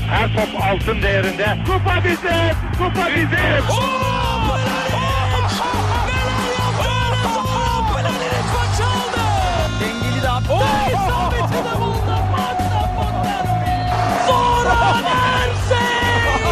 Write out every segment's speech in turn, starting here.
Her top altın değerinde. Kupa bizim! Kupa bizim! Maç aldı. Dengeli de attı. İsabeti de buldu. Zoran Ersin!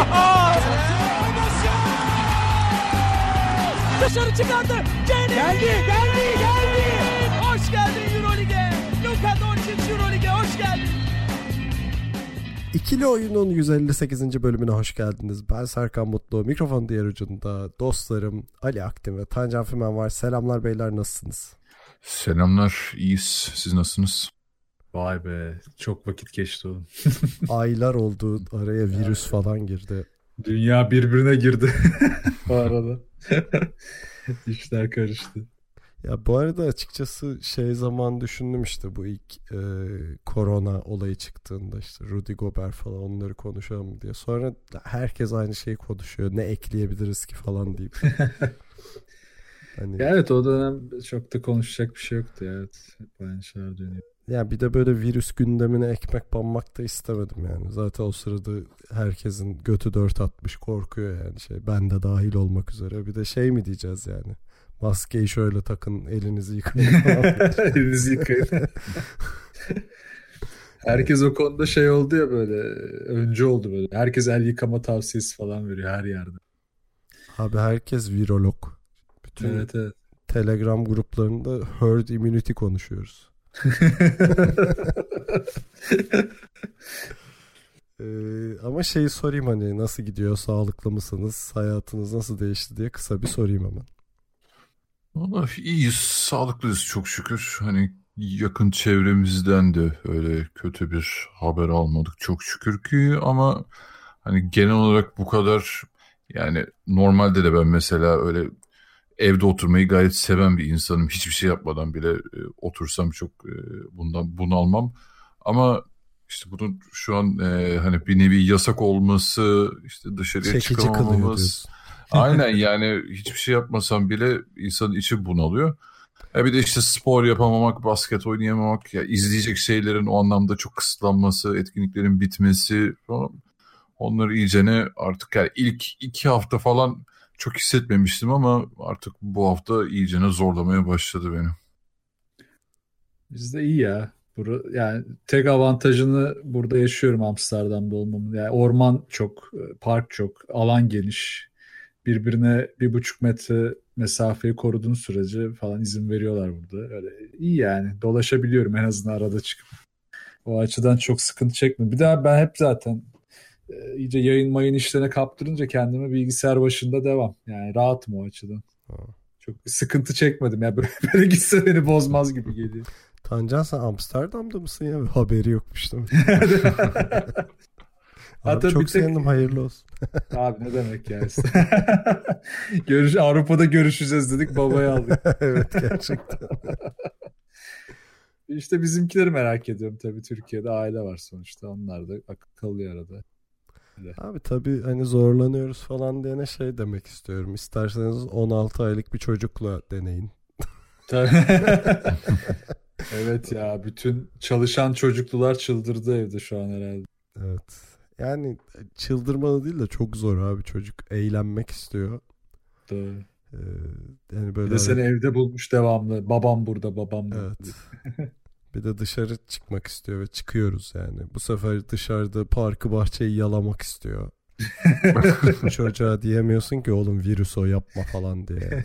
Dışarı çıkardı. Geldi. Hoş geldin Euroleague'e. Luka Doncic Euroleague'e hoş geldin. İkili Oyun'un 158. bölümüne hoş geldiniz. Ben Serkan Mutlu. Mikrofonun diğer ucunda dostlarım Ali Aktin ve Tancan Fümen var. Selamlar beyler, nasılsınız? Selamlar, iyiyiz. Siz nasılsınız? Vay be, çok vakit geçti oğlum. Aylar oldu, araya virüs falan girdi. Dünya birbirine girdi bu arada. İşler karıştı. Ya bu arada açıkçası zaman düşündüm, işte bu ilk korona olayı çıktığında işte Rudy Gobert falan, onları konuşalım diye. Sonra herkes aynı şeyi konuşuyor. Ne ekleyebiliriz ki falan deyip. Hani... Ya evet, o dönem çok da konuşacak bir şey yoktu. Evet, hep aynı şeyler dönüyor. Ya bir de böyle virüs gündemine ekmek banmak da istemedim yani. Zaten o sırada herkesin götü dört atmış, korkuyor yani ben de dahil olmak üzere. Bir de mi diyeceğiz yani? Maskeyi şöyle takın, elinizi yıkayın falan. Elinizi yıkayın. Herkes o konuda oldu ya, böyle önce oldu böyle. Herkes el yıkama tavsiyesi falan veriyor her yerde. Abi herkes virolog. Bütün evet. Telegram gruplarında herd immunity konuşuyoruz. Ama sorayım, hani nasıl gidiyor, sağlıklı mısınız, hayatınız nasıl değişti diye kısa bir sorayım hemen. Vallahi iyiyiz, sağlıklıyız çok şükür. Hani yakın çevremizden de öyle kötü bir haber almadık çok şükür ki, ama hani genel olarak bu kadar, yani normalde de ben mesela öyle evde oturmayı gayet seven bir insanım. Hiçbir şey yapmadan bile otursam çok bundan bunalmam. Ama işte bunun şu an hani bir nevi yasak olması, işte dışarıya çekici çıkamamamız. Aynen, yani hiçbir şey yapmasam bile insanın içi bunalıyor. Bir de işte spor yapamamak, basket oynayamamak, ya izleyecek şeylerin o anlamda çok kısıtlanması, etkinliklerin bitmesi falan. Onları iyicene artık, yani ilk 2 hafta falan çok hissetmemiştim ama artık bu hafta iyicene zorlamaya başladı beni. Bizde iyi ya. Yani tek avantajını burada yaşıyorum Amsterdam'da olmamın. Yani orman çok, park çok, alan geniş. Birbirine 1,5 metre mesafeyi koruduğun sürece falan izin veriyorlar burada. Öyle iyi yani. Dolaşabiliyorum en azından arada çıkıp. O açıdan çok sıkıntı çekmiyorum. Bir daha ben hep zaten iyice yayın mayın işlerine kaptırınca kendimi bilgisayar başında devam. Yani rahatım o açıdan. Çok bir sıkıntı çekmedim. Yani böyle gitse beni bozmaz gibi geliyor. Tancan, sen Amsterdam'da mısın ya? Haberi yokmuş değil mi? Abi çok sevindim, hayırlı olsun. Abi ne demek ya. Avrupa'da görüşeceğiz dedik, babayı aldık. Evet, gerçekten. İşte bizimkileri merak ediyorum tabii, Türkiye'de aile var sonuçta, onlar da akıl kalıyor arada. Öyle. Abi tabii hani zorlanıyoruz falan diyene demek istiyorum. İsterseniz 16 aylık bir çocukla deneyin. Evet ya, bütün çalışan çocuklular çıldırdı evde şu an herhalde. Evet. Yani çıldırmalı değil de çok zor abi, çocuk eğlenmek istiyor. Doğru. Yani böyle bir de seni evde bulmuş devamlı. Babam burada, babam burada. Evet. Bir de dışarı çıkmak istiyor ve çıkıyoruz yani. Bu sefer dışarıda parkı, bahçeyi yalamak istiyor. Çocuğa diyemiyorsun ki oğlum virüs o, yapma falan diye.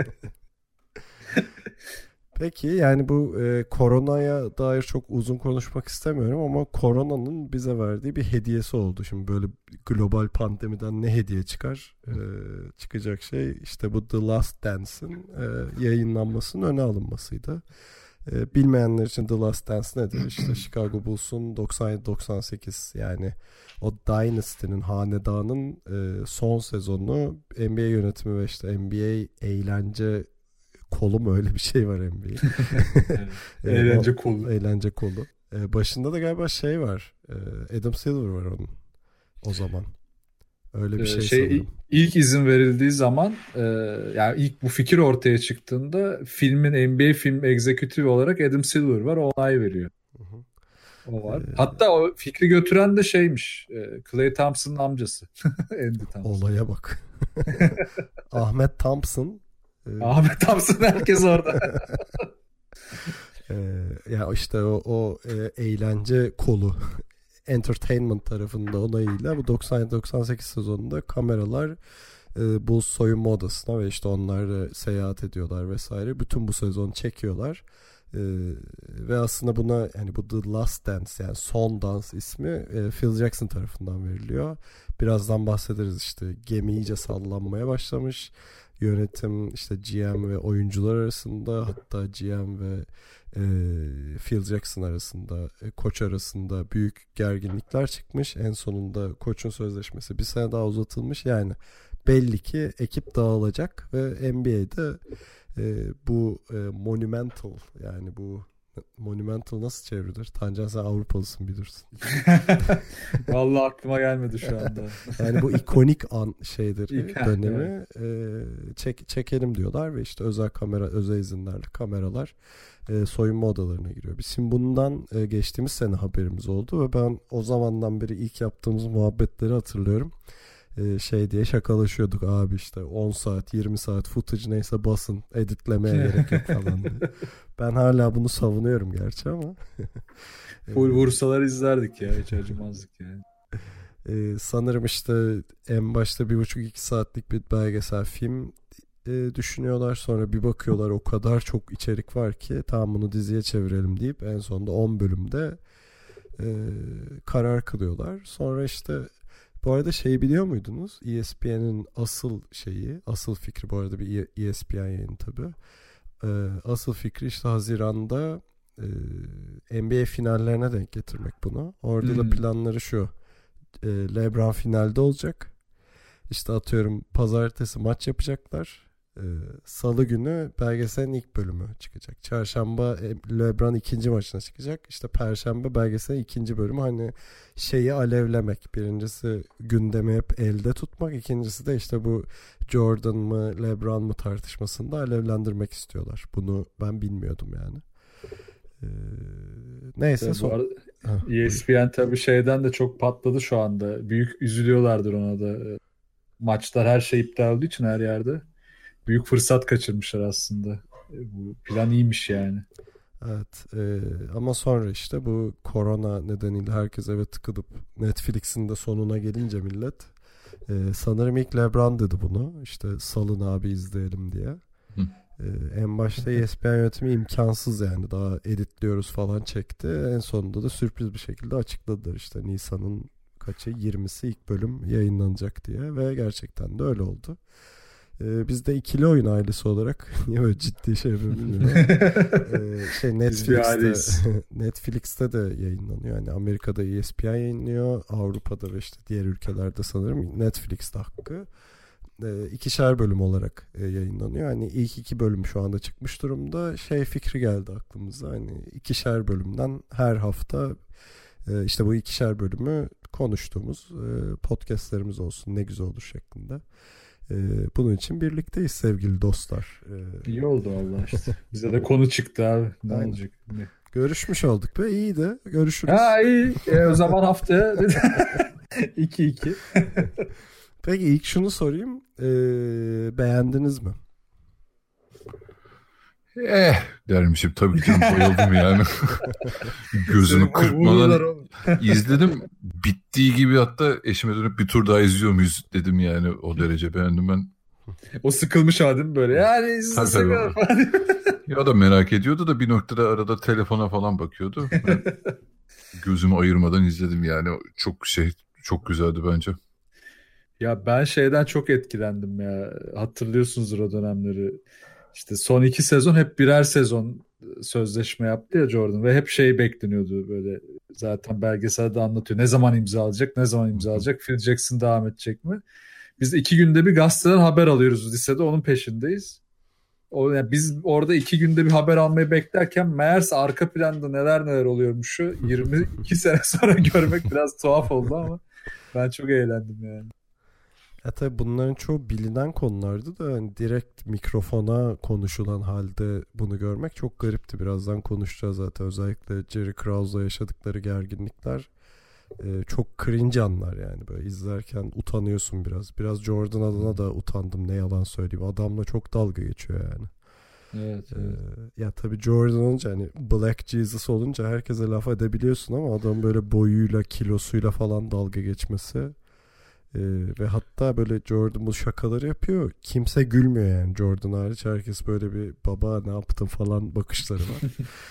Peki yani bu koronaya dair çok uzun konuşmak istemiyorum ama koronanın bize verdiği bir hediyesi oldu. Şimdi böyle global pandemiden ne hediye çıkar? Çıkacak işte bu The Last Dance'in yayınlanmasının öne alınmasıydı. Bilmeyenler için The Last Dance nedir? İşte Chicago Bulls'un 97-98, yani o Dynasty'nin, hanedanın son sezonu NBA yönetimi ve işte NBA eğlence kolu mu, öyle bir şey var NBA. Eğlence kolu. Eğlence kolu. Başında da galiba var. Adam Silver var onun o zaman. Öyle bir sanırım. İlk izin verildiği zaman, yani ilk bu fikir ortaya çıktığında filmin NBA film executive olarak Adam Silver var, o onay veriyor. O var. Hatta o fikri götüren de şeymiş. Klay Thompson'ın amcası. Andy Thompson. Olaya bak. Ahmet Thompson. Ahmet Thompson, herkes orada. Ya işte o eğlence kolu entertainment tarafında onayıyla bu 97-98 sezonunda kameralar Bulls soyunma odasına ve işte onlar seyahat ediyorlar vesaire. Bütün bu sezon çekiyorlar. Ve aslında buna yani bu The Last Dance, yani son dans ismi Phil Jackson tarafından veriliyor. Birazdan bahsederiz. İşte gemi iyice sallanmaya başlamış. Yönetim, işte GM ve oyuncular arasında, hatta GM ve Phil Jackson arasında, koç arasında büyük gerginlikler çıkmış. En sonunda koçun sözleşmesi bir sene daha uzatılmış. Yani belli ki ekip dağılacak ve NBA'de bu monumental, yani bu monumental nasıl çevrilir? Tancan, sen Avrupalısın, bilirsin. Vallahi aklıma gelmedi şu anda. Yani bu ikonik şeydir, dönemi çekelim diyorlar ve işte özel kamera, özel izinlerle kameralar soyunma odalarına giriyor. Biz şimdi bundan geçtiğimiz sene haberimiz oldu ve ben o zamandan beri ilk yaptığımız muhabbetleri hatırlıyorum. Şey diye şakalaşıyorduk, abi işte 10 saat 20 saat footage neyse basın, editlemeye gerek yok falan diye. Ben hala bunu savunuyorum gerçi ama full vursalar izlerdik ya, hiç acımazdık yani. Sanırım işte en başta 1,5-2 saatlik bir belgesel film düşünüyorlar, sonra bir bakıyorlar o kadar çok içerik var ki tamam bunu diziye çevirelim deyip en sonunda 10 bölümde karar kılıyorlar. Sonra işte bu arada şeyi biliyor muydunuz? ESPN'in asıl fikri, bu arada bir ESPN yayını tabii. Asıl fikri işte Haziran'da NBA finallerine denk getirmek bunu. Orada da planları şu. LeBron finalde olacak. İşte atıyorum pazartesi maç yapacaklar. Salı günü belgeselin ilk bölümü çıkacak. Çarşamba LeBron ikinci maçına çıkacak. İşte Perşembe belgeselin ikinci bölümü. Hani şeyi alevlemek. Birincisi gündemi hep elde tutmak. İkincisi de işte bu Jordan mı LeBron mu tartışmasında alevlendirmek istiyorlar. Bunu ben bilmiyordum yani. Neyse. ESPN tabii şeyden de çok patladı şu anda. Büyük üzülüyorlardır ona da. Maçlar, her şey iptal olduğu için her yerde. Büyük fırsat kaçırmışlar aslında. Bu plan iyiymiş yani. Evet. Ama sonra işte bu korona nedeniyle herkes eve tıkılıp Netflix'in de sonuna gelince millet sanırım ilk LeBron dedi bunu. İşte salın abi izleyelim diye. En başta ESPN yönetimi imkansız yani, daha editliyoruz falan çekti. En sonunda da sürpriz bir şekilde açıkladılar işte Nisan'ın 20'si ilk bölüm yayınlanacak diye ve gerçekten de öyle oldu. Biz de ikili oyun ailesi olarak niye böyle ciddi şey bilmiyorum. Netflix'te de yayınlanıyor. Yani Amerika'da ESPN yayınlıyor. Avrupa'da ve işte diğer ülkelerde sanırım Netflix'te hakkı. 2'şer bölüm olarak yayınlanıyor. Hani ilk 2 bölüm şu anda çıkmış durumda. Fikri geldi aklımıza. Hani 2'şer bölümden her hafta işte bu 2'şer bölümü konuştuğumuz podcastlerimiz olsun, ne güzel olur şeklinde. Bunun için birlikteyiz sevgili dostlar. İyi oldu vallahi işte. Bize de konu çıktı abi. Ne aynen olacak? Görüşmüş olduk ve iyi de görüşürüz. Ha iyi. O zaman haftaya 2-2. Peki ilk şunu sorayım. Beğendiniz mi? Dermişim tabii ki, bayıldım yani. Gözümü kırpmadan izledim. Bittiği gibi hatta eşime dönüp bir tur daha izliyor muyuz dedim yani, o derece beğendim ben. O sıkılmış adım böyle. Yani izlesene. Ya da merak ediyordu da bir noktada arada telefona falan bakıyordu. Ben gözümü ayırmadan izledim yani. Çok güzeldi bence. Ya ben şeyden çok etkilendim ya. Hatırlıyorsunuzdur o dönemleri. İşte son 2 sezon hep birer sezon sözleşme yaptı ya Jordan ve hep bekleniyordu böyle. Zaten belgeselde anlatıyor. Ne zaman imzalayacak? Phil Jackson devam edecek mi? Biz 2 günde bir gazeteden haber alıyoruz lisede, onun peşindeyiz. Yani biz orada 2 günde bir haber almayı beklerken meğerse arka planda neler oluyormuşu 22 sene sonra görmek biraz tuhaf oldu ama ben çok eğlendim yani. Tabii bunların çoğu bilinen konulardı da hani direkt mikrofona konuşulan halde bunu görmek çok garipti. Birazdan konuşacağız zaten. Özellikle Jerry Krause'la yaşadıkları gerginlikler çok cringe anlar yani. Böyle izlerken utanıyorsun biraz. Biraz Jordan adına da utandım, ne yalan söyleyeyim. Adamla çok dalga geçiyor yani. Evet. Ya tabii Jordan olunca, hani Black Jesus olunca herkese laf edebiliyorsun ama adam böyle boyuyla, kilosuyla falan dalga geçmesi ve hatta böyle Jordan bu şakaları yapıyor. Kimse gülmüyor yani, Jordan hariç. Herkes böyle bir baba ne yaptın falan bakışları var.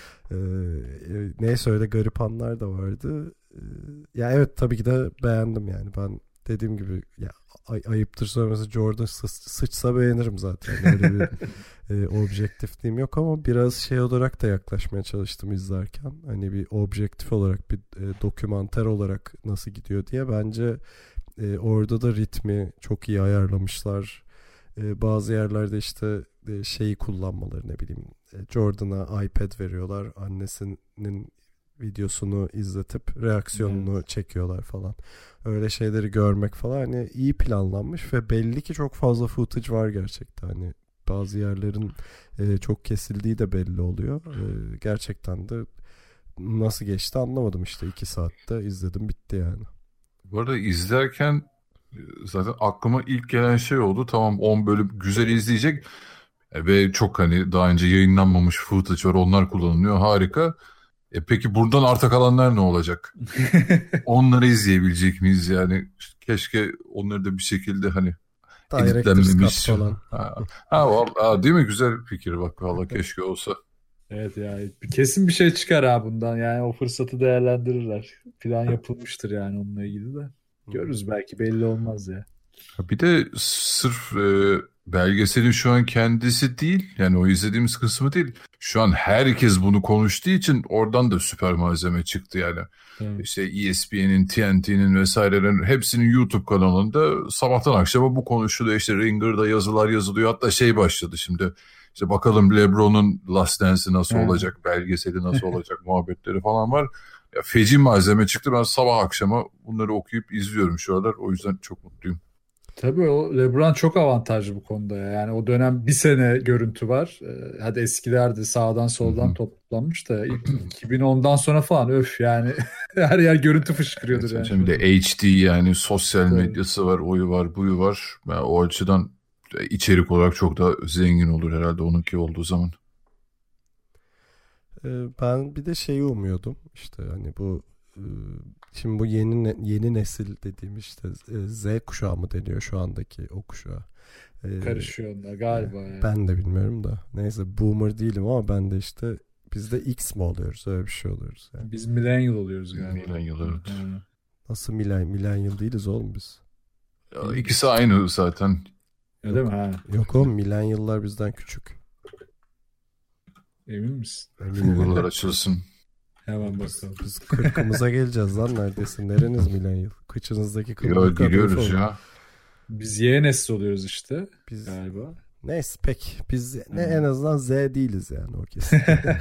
Neyse, öyle garip anlar da vardı. Ya evet, tabii ki de beğendim yani. Ben dediğim gibi ya, ayıptır söylemesi, Jordan sıçsa beğenirim zaten. Öyle bir objektifliğim yok ama biraz şey olarak da yaklaşmaya çalıştım izlerken. Hani bir objektif olarak, bir dokümanter olarak nasıl gidiyor diye. Bence orada da ritmi çok iyi ayarlamışlar. Bazı yerlerde işte şeyi kullanmaları, ne bileyim, Jordan'a iPad veriyorlar. Annesinin videosunu izletip reaksiyonunu çekiyorlar falan. Öyle şeyleri görmek falan hani iyi planlanmış ve belli ki çok fazla footage var gerçekten. Hani bazı yerlerin çok kesildiği de belli oluyor. Gerçekten de nasıl geçti anlamadım, işte 2 saatte izledim, bitti yani. Bu arada izlerken zaten aklıma ilk gelen şey oldu. Tamam, 10 bölüm güzel izleyecek ve çok hani daha önce yayınlanmamış footage var, onlar kullanılıyor, harika. Peki buradan arta kalanlar ne olacak? Onları izleyebilecek miyiz yani? Keşke onları da bir şekilde hani editlenmemiş falan. Değil mi? Güzel fikir bak, valla keşke olsa. Evet ya, kesin bir şey çıkar ha bundan, yani o fırsatı değerlendirirler. Plan yapılmıştır yani onunla ilgili de. Görürüz, belki belli olmaz ya. Bir de sırf belgeselin şu an kendisi değil, yani o izlediğimiz kısmı değil. Şu an herkes bunu konuştuğu için oradan da süper malzeme çıktı yani. Evet. İşte ESPN'in, TNT'nin vesairelerin hepsinin YouTube kanalında sabahtan akşama bu konuşuluyor. İşte Ringer'da yazılar yazılıyor. Hatta şey başladı şimdi. İşte bakalım LeBron'un Last Dance'i nasıl olacak, belgeseli nasıl olacak, muhabbetleri falan var. Ya, feci malzeme çıktı. Ben sabah akşama bunları okuyup izliyorum şu aralar. O yüzden çok mutluyum. Tabii o LeBron çok avantajlı bu konuda ya. Yani o dönem bir sene görüntü var. Hadi eskilerde sağdan soldan toplanmış da 2010'dan sonra falan öf yani her yer görüntü fışkırıyordur yani. Şimdi de HD yani, sosyal medyası var, oyu var, buyu var. Yani o açıdan içerik olarak çok daha zengin olur herhalde onunki olduğu zaman. Ben bir de şeyi umuyordum. İşte hani bu şimdi bu yeni nesil dediğim işte Z kuşağı mı deniyor şu andaki o kuşağı? Karışıyor onlar galiba. Yani. Ben de bilmiyorum da. Neyse, boomer değilim ama ben de işte, biz de X mi oluyoruz? Öyle bir şey oluyoruz. Yani. Biz millennial oluyoruz galiba. Millennial, evet. Nasıl millennial değiliz oğlum biz? Ya, ikisi aynı zaten. Öyle mi? Ha. Yok oğlum, millennial'lar bizden küçük. Emin misin? Google'lar açılsın. Hemen bakalım. Biz 40'ımıza geleceğiz lan neredeyse. Nereniz millennial? Kıçınızdaki kıllık geliyoruz ya. Biz Y nesli oluyoruz işte. Biz galiba. Neyse, pek biz en azından Z değiliz yani, o kesin.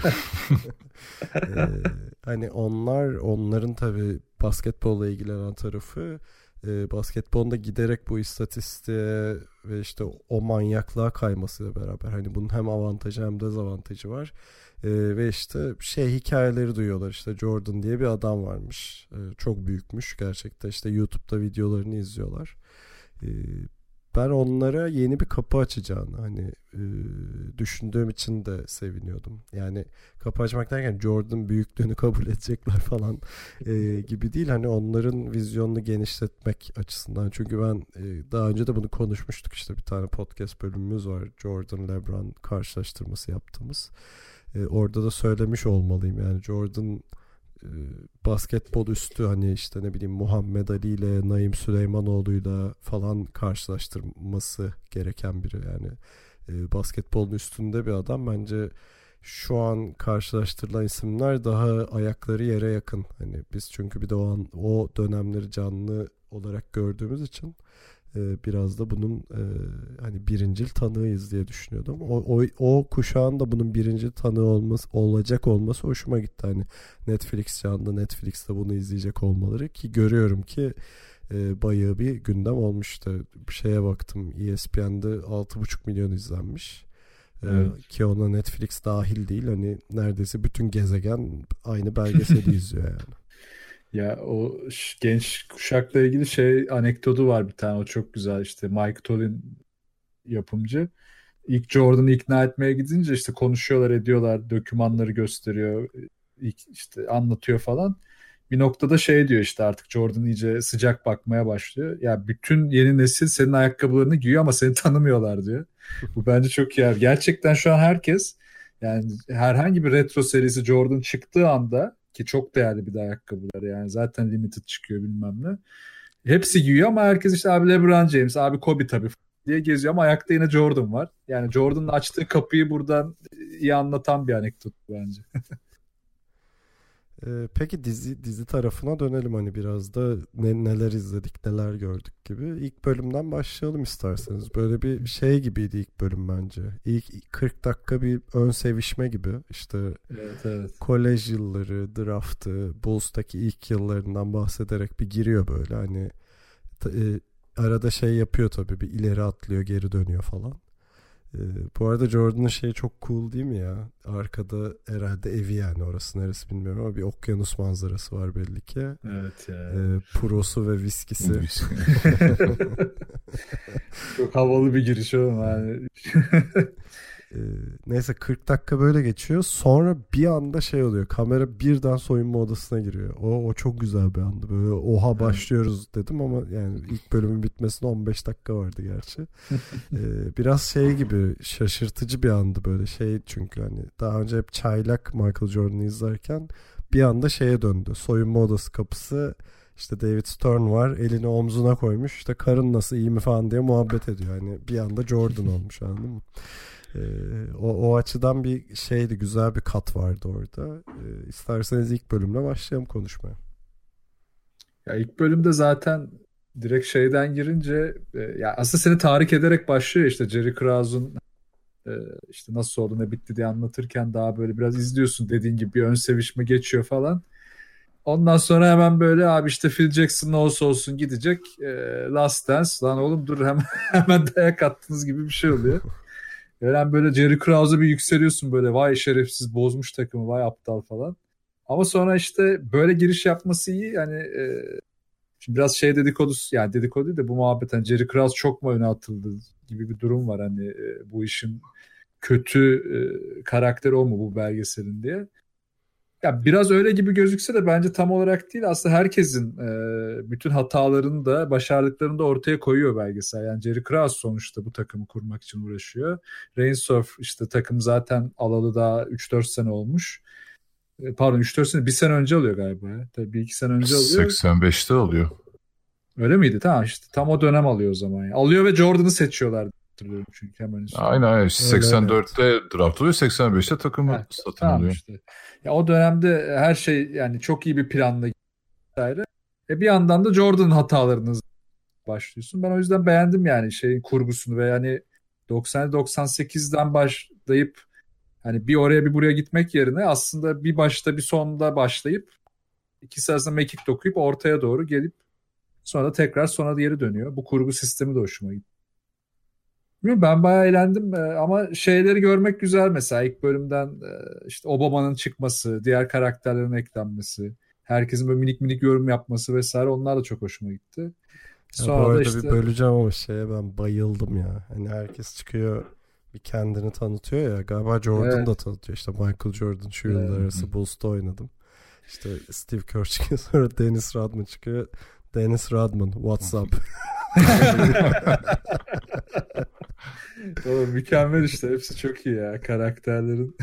Hani onların tabii basketbolla ilgilenen tarafı, basketbolda giderek bu istatistiğe ve işte o manyaklığa kaymasıyla beraber hani bunun hem avantajı hem dezavantajı var. Ve işte hikayeleri duyuyorlar, işte Jordan diye bir adam varmış, çok büyükmüş gerçekten, işte YouTube'da videolarını izliyorlar. Ben onlara yeni bir kapı açacağını hani düşündüğüm için de seviniyordum. Yani kapı açmak derken Jordan büyüklüğünü kabul edecekler falan gibi değil. Hani onların vizyonunu genişletmek açısından. Çünkü ben daha önce de bunu konuşmuştuk, işte bir tane podcast bölümümüz var. Jordan LeBron karşılaştırması yaptığımız. Orada da söylemiş olmalıyım yani, Jordan basketbol üstü, hani işte ne bileyim Muhammed Ali ile Naim Süleymanoğlu'yla falan karşılaştırması gereken biri yani. Basketbolun üstünde bir adam. Bence şu an karşılaştırılan isimler daha ayakları yere yakın. Hani biz çünkü bir de o dönemleri canlı olarak gördüğümüz için biraz da bunun hani birincil tanığıyız diye düşünüyordum. O kuşağın da bunun birincil tanığı olacak olması hoşuma gitti. Hani Netflix canlı, Netflix'te bunu izleyecek olmaları, ki görüyorum ki bayağı bir gündem olmuştu. Bir şeye baktım, ESPN'de 6,5 milyon izlenmiş. Evet. Ki ona Netflix dahil değil, hani neredeyse bütün gezegen aynı belgeseli izliyor yani. Ya o genç kuşakla ilgili anekdotu var bir tane, o çok güzel. İşte Mike Tollin yapımcı ilk Jordan'ı ikna etmeye gidince işte konuşuyorlar ediyorlar, dokümanları gösteriyor, işte anlatıyor falan. Bir noktada diyor, işte artık Jordan iyice sıcak bakmaya başlıyor. Ya bütün yeni nesil senin ayakkabılarını giyiyor ama seni tanımıyorlar diyor. Bu bence çok iyi. Gerçekten şu an herkes, yani herhangi bir retro serisi Jordan çıktığı anda, ki çok değerli bir de ayakkabılar yani, zaten limited çıkıyor bilmem ne. Hepsi giyiyor ama herkes işte abi LeBron James, abi Kobe tabii diye geziyor ama ayakta yine Jordan var. Yani Jordan'ın açtığı kapıyı buradan iyi anlatan bir anekdot bence. Peki dizi tarafına dönelim, hani biraz da neler izledik, neler gördük gibi. İlk bölümden başlayalım isterseniz. Böyle bir şey gibiydi ilk bölüm bence. İlk 40 dakika bir ön sevişme gibi. İşte evet. Kolej yılları, draftı, Bulls'taki ilk yıllarından bahsederek bir giriyor böyle. Hani arada yapıyor tabii, bir ileri atlıyor, geri dönüyor falan. Bu arada Jordan'ın çok cool değil mi ya? Arkada herhalde evi, yani orası neresi bilmiyorum ama bir okyanus manzarası var belli ki. Evet ya. Purosu ve viskisi. Çok havalı bir giriş oğlum yani. Neyse 40 dakika böyle geçiyor. Sonra bir anda oluyor. Kamera birden soyunma odasına giriyor. O çok güzel bir andı. Böyle oha başlıyoruz dedim ama yani ilk bölümün bitmesine 15 dakika vardı gerçi. Biraz gibi şaşırtıcı bir andı böyle çünkü hani daha önce hep çaylak Michael Jordan'ı izlerken bir anda döndü. Soyunma odası kapısı, işte David Stern var, elini omzuna koymuş, işte karın nasıl, iyi mi falan diye muhabbet ediyor. Hani bir anda Jordan olmuş, anladın mı? O açıdan bir güzel bir kat vardı orada. İsterseniz ilk bölümle başlayalım konuşmaya. Ya ilk bölümde zaten direkt girince ya aslında seni tahrik ederek başlıyor, işte Jerry Krause'un işte nasıl oldu ne bitti diye anlatırken daha böyle biraz izliyorsun, dediğin gibi bir ön sevişme geçiyor falan. Ondan sonra hemen böyle abi işte Phil Jackson ne olsa olsun gidecek, Last Dance, lan oğlum dur hemen dayak attınız gibi bir şey oluyor. Yani böyle Jerry Krause'a bir yükseliyorsun, böyle vay şerefsiz bozmuş takımı, vay aptal falan. Ama sonra işte böyle giriş yapması iyi yani. Şimdi biraz dedikodusu, yani dedikodu değil de bu muhabbet, hani Jerry Krause çok mu öne atıldı gibi bir durum var hani, bu işin kötü karakteri o mu bu belgeselin diye. Ya biraz öyle gibi gözükse de bence tam olarak değil. Aslında herkesin bütün hatalarını da başardıklarını da ortaya koyuyor belgesel. Yani Jerry Krause sonuçta bu takımı kurmak için uğraşıyor. Reinsdorf işte takım zaten alalı daha 3-4 sene olmuş. Pardon 3-4 sene, bir sene önce alıyor galiba ya. Tabii 1-2 sene önce alıyor. 85'te alıyor. Öyle miydi? Tamam işte tam o dönem alıyor o zaman. Yani. Alıyor ve Jordan'ı seçiyorlar. Hatırlıyorum çünkü hemen üstüne. Aynen 84'te draft oluyor, 85'te takımı satın tamam alıyor. Işte. Ya o dönemde her şey yani çok iyi bir planla vesaire. Bir yandan da Jordan'ın hatalarını başlıyorsun. Ben o yüzden beğendim yani kurgusunu ve yani 90-98'den başlayıp hani bir oraya bir buraya gitmek yerine aslında bir başta bir sonda başlayıp ikisi arasında mekik dokuyup ortaya doğru gelip sonra da tekrar sona geri dönüyor. Bu kurgu sistemi de hoşuma gitti. Bilmiyorum, ben bayağı eğlendim ama şeyleri görmek güzel, mesela ilk bölümden işte Obama'nın çıkması, diğer karakterlerin eklenmesi, herkesin böyle minik minik yorum yapması vesaire, onlar da çok hoşuma gitti. Sonra bu arada işte... bir böleceğim ama ben bayıldım ya. Hani herkes çıkıyor bir kendini tanıtıyor ya. Galiba Jordan da tanıtıyor. İşte Michael Jordan şu yıllar arası Bulls'ta oynadım. İşte Steve Kerr çıkıyor, sonra Dennis Rodman çıkıyor. Dennis Rodman, what's up? Oğlum, mükemmel işte. Hepsi çok iyi ya karakterlerin.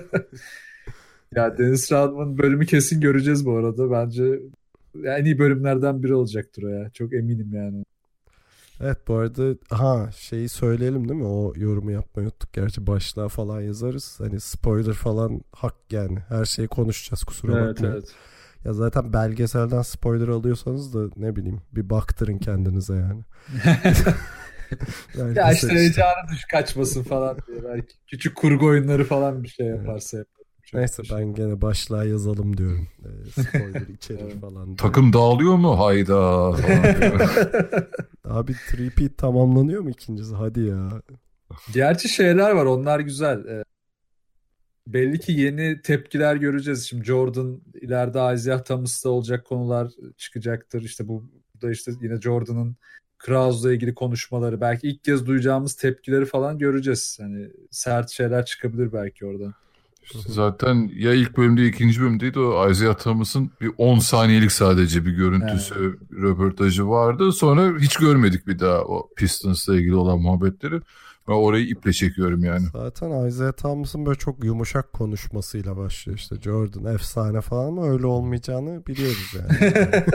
Ya Dennis Rodman bölümü kesin göreceğiz bu arada. Bence en iyi bölümlerden biri olacaktır o ya. Çok eminim yani. Evet, bu arada söyleyelim değil mi? O yorumu yapmayı unuttuk. Gerçi başlığa falan yazarız. Hani spoiler falan hak yani. Her şeyi konuşacağız, kusura bakmayın. Evet. Ya zaten belgeselden spoiler alıyorsanız da ne bileyim bir baktırın kendinize yani. Ya işte heyecanı kaçmasın falan diye. Belki küçük kurgu oyunları falan bir şey yaparsa Neyse ben gene başlığa yazalım diyorum. Spoiler içerir falan diye. Takım dağılıyor mu? Hayda. Abi three-peat tamamlanıyor mu ikincisi? Hadi ya. Gerçi şeyler var, onlar güzel. Belli ki yeni tepkiler göreceğiz. Şimdi Jordan ileride Isaiah Thomas'ta olacak konular çıkacaktır. İşte bu da işte yine Jordan'ın Krause'la ilgili konuşmaları, belki ilk kez duyacağımız tepkileri falan göreceğiz. Hani sert şeyler çıkabilir belki oradan. İşte zaten ya ilk bölümde ikinci bölümdeydi, o Isaiah Thomas'ın bir 10 saniyelik sadece bir görüntüsü, röportajı vardı. Sonra hiç görmedik bir daha o Pistons'la ilgili olan muhabbetleri. Ben orayı iple çekiyorum yani. Zaten Isaiah Thomas'ın böyle çok yumuşak konuşmasıyla başlıyor işte. Jordan efsane falan ama öyle olmayacağını biliyoruz yani.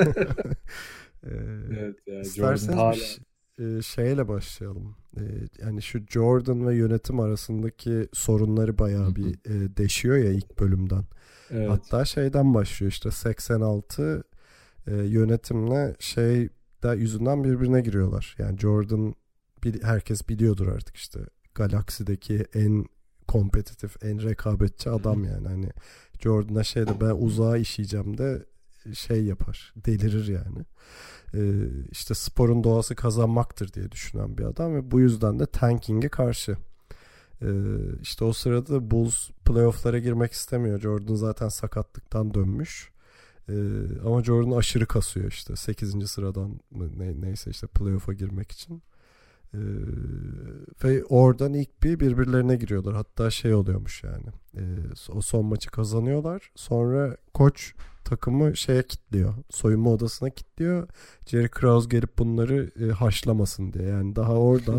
Evet ya, İsterseniz şeyle başlayalım. Yani şu Jordan ve yönetim arasındaki sorunları bayağı bir deşiyor ya ilk bölümden. Evet. Hatta şeyden başlıyor işte 86 yönetimle şey de yüzünden birbirine giriyorlar. Yani Jordan herkes biliyordur artık işte galaksideki en kompetitif, en rekabetçi adam yani. Hani Jordan'a şeyde ben uzağa işeyeceğim de şey yapar, delirir yani. İşte sporun doğası kazanmaktır diye düşünen bir adam ve bu yüzden de tanking'e karşı. İşte o sırada Bulls playoff'lara girmek istemiyor. Jordan zaten sakatlıktan dönmüş. Ama Jordan aşırı kasıyor işte 8. sıradan neyse işte playoff'a girmek için. Ve oradan ilk birbirlerine giriyorlar. Hatta şey oluyormuş yani. O son maçı kazanıyorlar. Sonra koç takımı şeye kilitliyor. Soyunma odasına kilitliyor. Jerry Krause gelip bunları haşlamasın diye. Yani daha oradan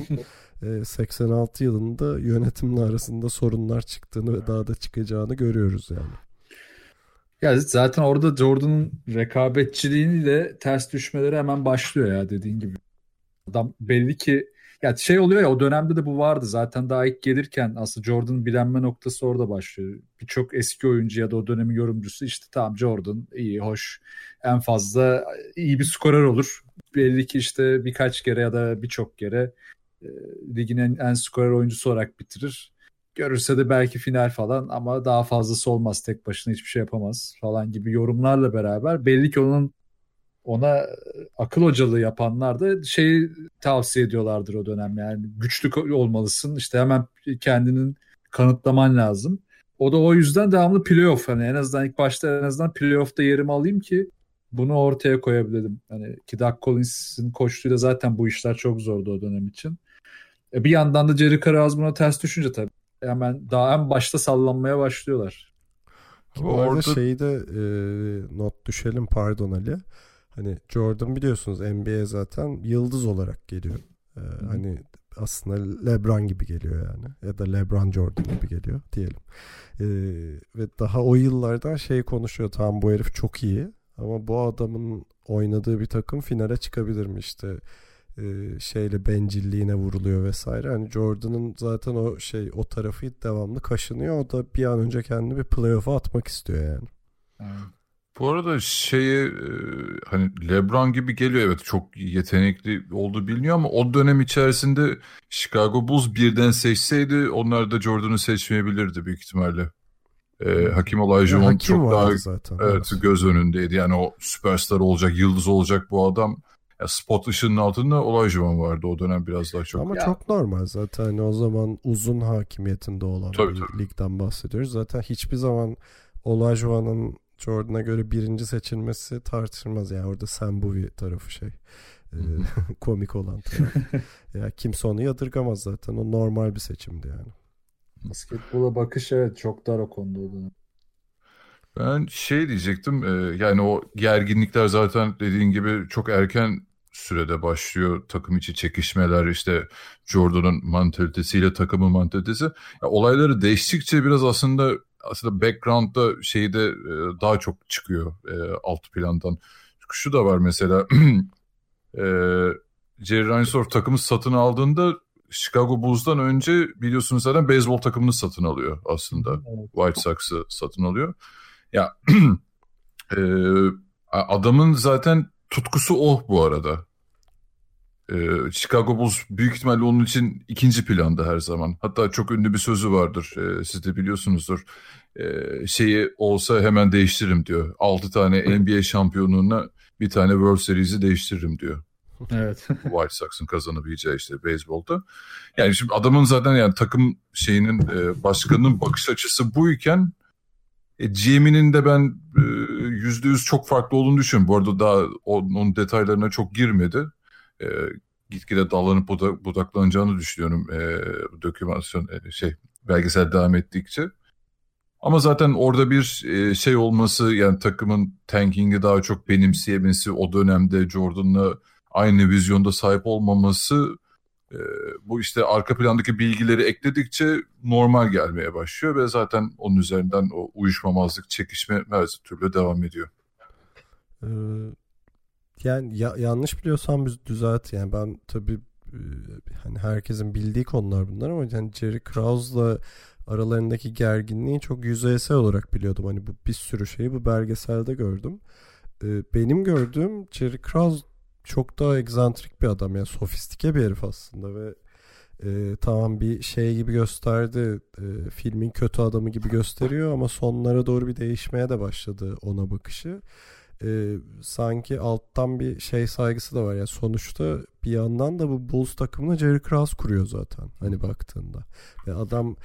86 yılında yönetimle arasında sorunlar çıktığını ve daha da çıkacağını görüyoruz yani. Ya zaten orada Jordan'ın rekabetçiliğiyle ters düşmeleri hemen başlıyor ya, dediğin gibi. Adam belli ki ya şey oluyor ya, o dönemde de bu vardı. Zaten daha ilk gelirken aslında Jordan'ın bilenme noktası orada başlıyor. Birçok eski oyuncu ya da o dönemin yorumcusu işte tamam Jordan iyi, hoş, en fazla iyi bir skorer olur. Belli ki işte birkaç kere ya da birçok kere ligin en skorer oyuncusu olarak bitirir. Görürse de belki final falan ama daha fazlası olmaz. Tek başına hiçbir şey yapamaz falan gibi yorumlarla beraber belli ki ona akıl hocalığı yapanlar da şeyi tavsiye ediyorlardır o dönem. Yani güçlü olmalısın. İşte hemen kendinin kanıtlaman lazım. O da o yüzden devamlı playoff. Hani en azından ilk başta en azından playoff'ta yerimi alayım ki bunu ortaya koyabilelim. Hani ki Doug Collins'in koçluğuyla zaten bu işler çok zordu o dönem için. Bir yandan da Jerry Krause buna ters düşünce tabii hemen daha en başta sallanmaya başlıyorlar. Ki bu arada şeyi de not düşelim, pardon Ali. Hani Jordan biliyorsunuz NBA zaten yıldız olarak geliyor. Hani aslında LeBron gibi geliyor yani. Ya da LeBron Jordan gibi geliyor diyelim. Ve daha o yıllardan şey konuşuyor. Tamam bu herif çok iyi ama bu adamın oynadığı bir takım finale çıkabilir mi işte şeyle bencilliğine vuruluyor vesaire. Hani Jordan'ın zaten o tarafı devamlı kaşınıyor. O da bir an önce kendini bir playoff'a atmak istiyor yani. Bu arada hani LeBron gibi geliyor, evet çok yetenekli olduğu biliniyor ama o dönem içerisinde Chicago Bulls birden seçseydi onlar da Jordan'ı seçmeyebilirdi büyük ihtimalle. Hakim Olajuwon çok daha zaten, evet, göz önündeydi. Yani o süperstar olacak, yıldız olacak bu adam. Ya spot ışığının altında Olajuwon vardı o dönem biraz daha çok. Ama çok normal zaten. Hani o zaman uzun hakimiyetinde olan bir ligden bahsediyoruz. Zaten hiçbir zaman Olajuwon'un Jordan'a göre birinci seçilmesi tartışılmaz. Yani orada Sam Bowie tarafı komik olan taraf. Ya kimse onu yadırgamaz zaten. O normal bir seçimdi yani. Basketbola bakış evet çok dar o konuda o dönem. Ben diyecektim, yani o gerginlikler zaten dediğin gibi çok erken sürede başlıyor. Takım içi çekişmeler, işte Jordan'ın mantalitesiyle takımın mantalitesi. Ya, olayları değiştikçe biraz aslında background'da daha çok çıkıyor alt plandan. Çünkü şu da var mesela Jerry Reinsdorf takımı satın aldığında Chicago Bulls'dan önce biliyorsunuz zaten beyzbol takımını satın alıyor aslında. Evet. White Sox'ı satın alıyor. Ya adamın zaten tutkusu bu arada. Chicago Bulls büyük ihtimalle onun için ikinci planda her zaman. Hatta çok ünlü bir sözü vardır. Siz de biliyorsunuzdur. Şeyi olsa hemen değiştiririm diyor. 6 tane NBA şampiyonluğuna bir tane World Series'i değiştiririm diyor. Evet. White Sox'ın kazanabileceği işte beyzbolda. Yani şimdi adamın zaten yani takım şeyinin başkanının bakış açısı buyken GM'inin de ben %100 çok farklı olduğunu düşünüyorum. Bu arada daha onun detaylarına çok girmedi. Gitgide dallanıp budaklanacağını düşünüyorum dokümasyon belgesel devam ettikçe. Ama zaten orada bir şey olması, yani takımın tanking'i daha çok benimseyemesi, o dönemde Jordan'la aynı vizyonda sahip olmaması, bu işte arka plandaki bilgileri ekledikçe normal gelmeye başlıyor ve zaten onun üzerinden o uyuşmamazlık, çekişme her türlü devam ediyor. Yani yanlış biliyorsam düzelt. Yani ben tabii hani herkesin bildiği konular bunlar ama yani Jerry Krause'la aralarındaki gerginliği çok yüzeysel olarak biliyordum. Hani bu bir sürü şeyi bu belgeselde gördüm. Benim gördüğüm Jerry Krause çok daha egzantrik bir adam, yani sofistike bir herif aslında ve tamam bir şey gibi gösterdi, filmin kötü adamı gibi gösteriyor ama sonlara doğru bir değişmeye de başladı ona bakışı. Sanki alttan bir şey saygısı da var. Yani sonuçta bir yandan da bu Bulls takımını Jerry Krause kuruyor zaten hani baktığında. Ve adam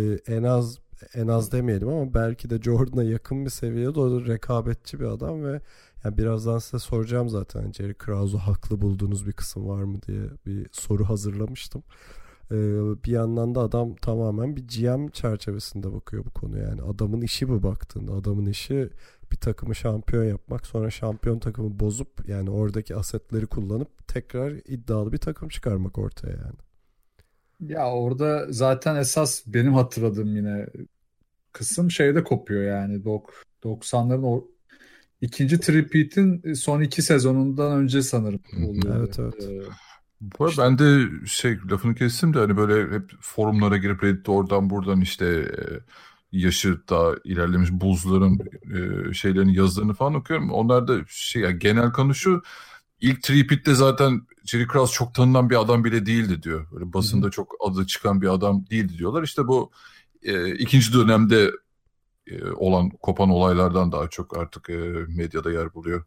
en az demeyelim ama belki de Jordan'a yakın bir seviyede o rekabetçi bir adam ve yani birazdan size soracağım zaten Jerry Krause'u haklı bulduğunuz bir kısım var mı diye bir soru hazırlamıştım. Bir yandan da adam tamamen bir GM çerçevesinde bakıyor bu konuya. Yani adamın işi bu baktığında. Adamın işi bir takımı şampiyon yapmak, sonra şampiyon takımı bozup yani oradaki asetleri kullanıp tekrar iddialı bir takım çıkarmak ortaya yani. Ya orada zaten esas benim hatırladığım yine kısım şeyde kopuyor yani 90'ların o ikinci three-peat'in son 2 sezonundan önce sanırım oluyor. Evet. Bu arada ben de lafını kestim de hani böyle hep forumlara girip Reddit'te oradan buradan işte yaşı daha ilerlemiş buzların şeylerini, yazılarını falan okuyorum. Onlar da yani genel konu şu, ilk three-peat'te zaten Jerry Krause çok tanınan bir adam bile değildi diyor. Böyle basında çok adı çıkan bir adam değildi diyorlar. İşte bu ikinci dönemde kopan olaylardan daha çok artık medyada yer buluyor.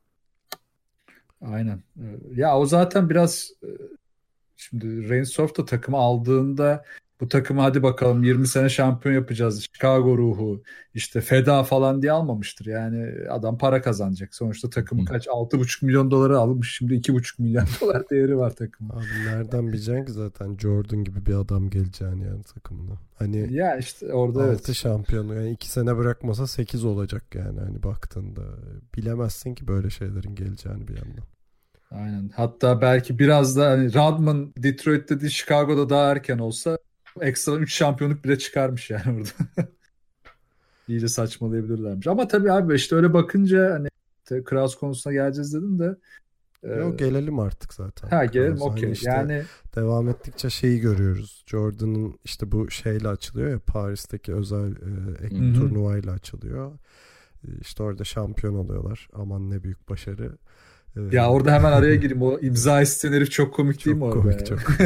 Aynen. Ya o zaten biraz şimdi Reinsdorf da takımı aldığında bu takımı hadi bakalım 20 sene şampiyon yapacağız, Chicago ruhu, işte feda falan diye almamıştır. Yani adam para kazanacak. Sonuçta takımı kaç 6,5 milyon dolara almış. Şimdi 2,5 milyon dolar değeri var takımın. Abi nereden bileceksin ki zaten Jordan gibi bir adam geleceğini yani takımına. Hani ya işte orada 6 şampiyonu yani 2 sene bırakmasa 8 olacak yani hani baktığında. Bilemezsin ki böyle şeylerin geleceğini bir yandan. Aynen. Hatta belki biraz da hani Rodman Detroit'te değil Chicago'da daha erken olsa ekstra 3 şampiyonluk bile çıkarmış yani orada. İyice saçmalayabilirlermiş. Ama tabii abi işte öyle bakınca hani Krause konusuna geleceğiz dedim de. Yok gelelim artık zaten. Ha gelelim okey. Hani işte yani devam ettikçe şeyi görüyoruz. Jordan'ın işte bu şeyle açılıyor ya, Paris'teki özel turnuvayla açılıyor. İşte orada şampiyon oluyorlar. Aman ne büyük başarı. Ya orada hemen araya gireyim. O imza isteyen herif çok komik değil mi orada? Komik, çok komik.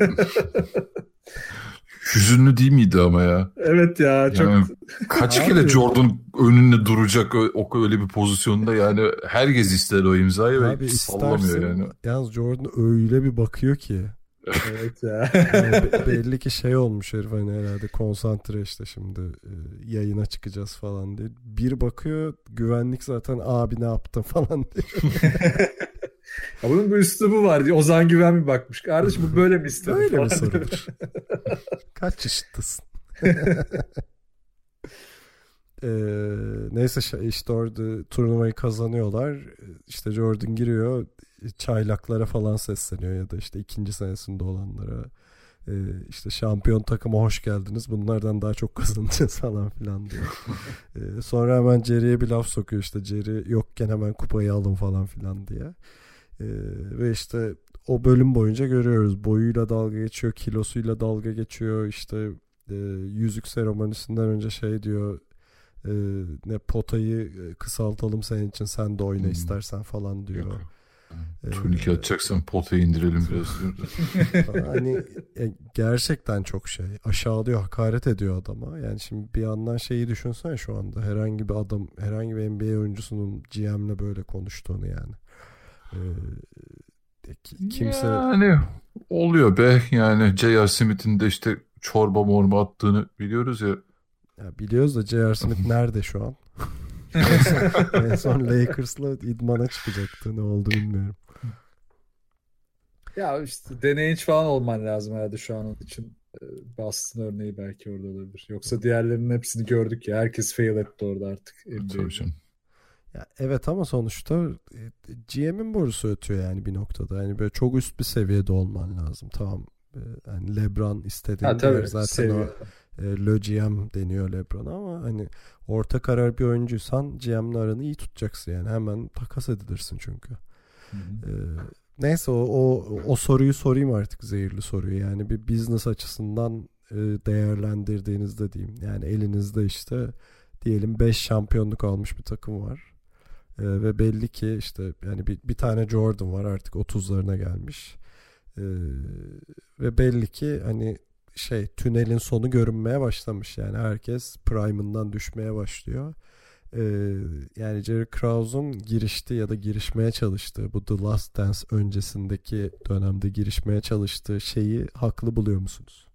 Hüzünlü değil miydi ama ya? Evet ya. Çok... Yani kaç kere Jordan önünde duracak öyle bir pozisyonda, yani herkes ister o imzayı ve sallamıyor yani. Yalnız Jordan öyle bir bakıyor ki. Evet ya. Yani belli ki şey olmuş herif hani herhalde konsantre işte şimdi yayına çıkacağız falan diye. Bir bakıyor güvenlik zaten abi ne yaptın falan diyor. Ya bunun bir üslubu var diye. Ozan Güven mi bakmış? Kardeşim bu böyle mi istedin? Böyle mi sorulur? Kaç yaşındasın? Neyse işte orada turnuvayı kazanıyorlar. İşte Jordan giriyor. Çaylaklara falan sesleniyor ya da işte ikinci senesinde olanlara. İşte şampiyon takıma hoş geldiniz. Bunlardan daha çok kazanacağız falan filan diyor. Sonra hemen Jerry'e bir laf sokuyor işte. Jerry yokken hemen kupayı alın falan filan diye. Ve işte o bölüm boyunca görüyoruz. Boyuyla dalga geçiyor, kilosuyla dalga geçiyor. İşte yüzük seremonisinden önce şey diyor, ne potayı kısaltalım senin için, sen de oyna istersen falan diyor. Turnike atacaksan potaya indirelim biraz diyor. Hani gerçekten çok şey. Aşağılıyor, hakaret ediyor adama. Yani şimdi bir yandan şeyi düşünsene şu anda. Herhangi bir adam, herhangi bir NBA oyuncusunun GM'le böyle konuştuğunu yani. Kimse... Yani oluyor be. Yani J.R. Smith'in de işte çorba morma attığını biliyoruz ya. Ya biliyoruz da J.R. Smith nerede şu an? En son Lakers'la idmana çıkacaktı. Ne oldu bilmiyorum. Ya işte deneyici falan olman lazım herhalde şu an onun için. Boston örneği belki orada olabilir. Yoksa diğerlerinin hepsini gördük ya. Herkes fail etti orada artık. Tabii canım. Ya evet ama sonuçta GM'in borusu ötüyor yani bir noktada. Yani böyle çok üst bir seviyede olman lazım. Tamam. Yani LeBron istediğinde yer zaten seviye. Le GM deniyor LeBron'a ama hani orta karar bir oyuncuysan GM'le aranı iyi tutacaksın yani. Hemen takas edilirsin çünkü. Neyse o soruyu sorayım artık, zehirli soruyu. Yani bir business açısından değerlendirdiğinizde diyeyim. Yani elinizde işte diyelim 5 şampiyonluk almış bir takım var. Ve belli ki işte yani bir tane Jordan var artık 30'larına gelmiş. Ve belli ki hani tünelin sonu görünmeye başlamış. Yani herkes prime'ından düşmeye başlıyor. Yani Jerry Krause'un giriştiği ya da girişmeye çalıştığı bu The Last Dance öncesindeki dönemde girişmeye çalıştığı şeyi haklı buluyor musunuz?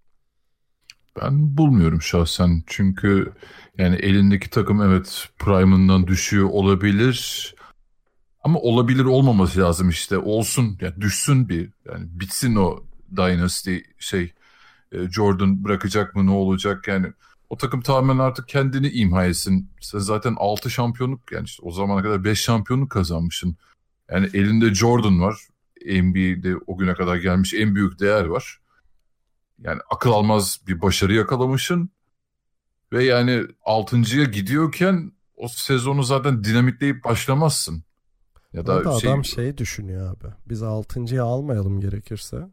Ben bulmuyorum şahsen. Çünkü yani elindeki takım evet prime'ından düşüyor olabilir. Ama olabilir olmaması lazım işte. Olsun yani düşsün bir. Yani bitsin o dynasty Jordan bırakacak mı ne olacak yani. O takım tamamen artık kendini imha etsin. Sen zaten 6 şampiyonluk yani işte o zamana kadar 5 şampiyonluk kazanmışsın. Yani elinde Jordan var. NBA'de o güne kadar gelmiş en büyük değer var. Yani akıl almaz bir başarı yakalamışsın. Ve yani 6.'ya gidiyorken o sezonu zaten dinamitleyip başlamazsın. Ya da adam düşünüyor abi. Biz 6.'yı almayalım gerekirse.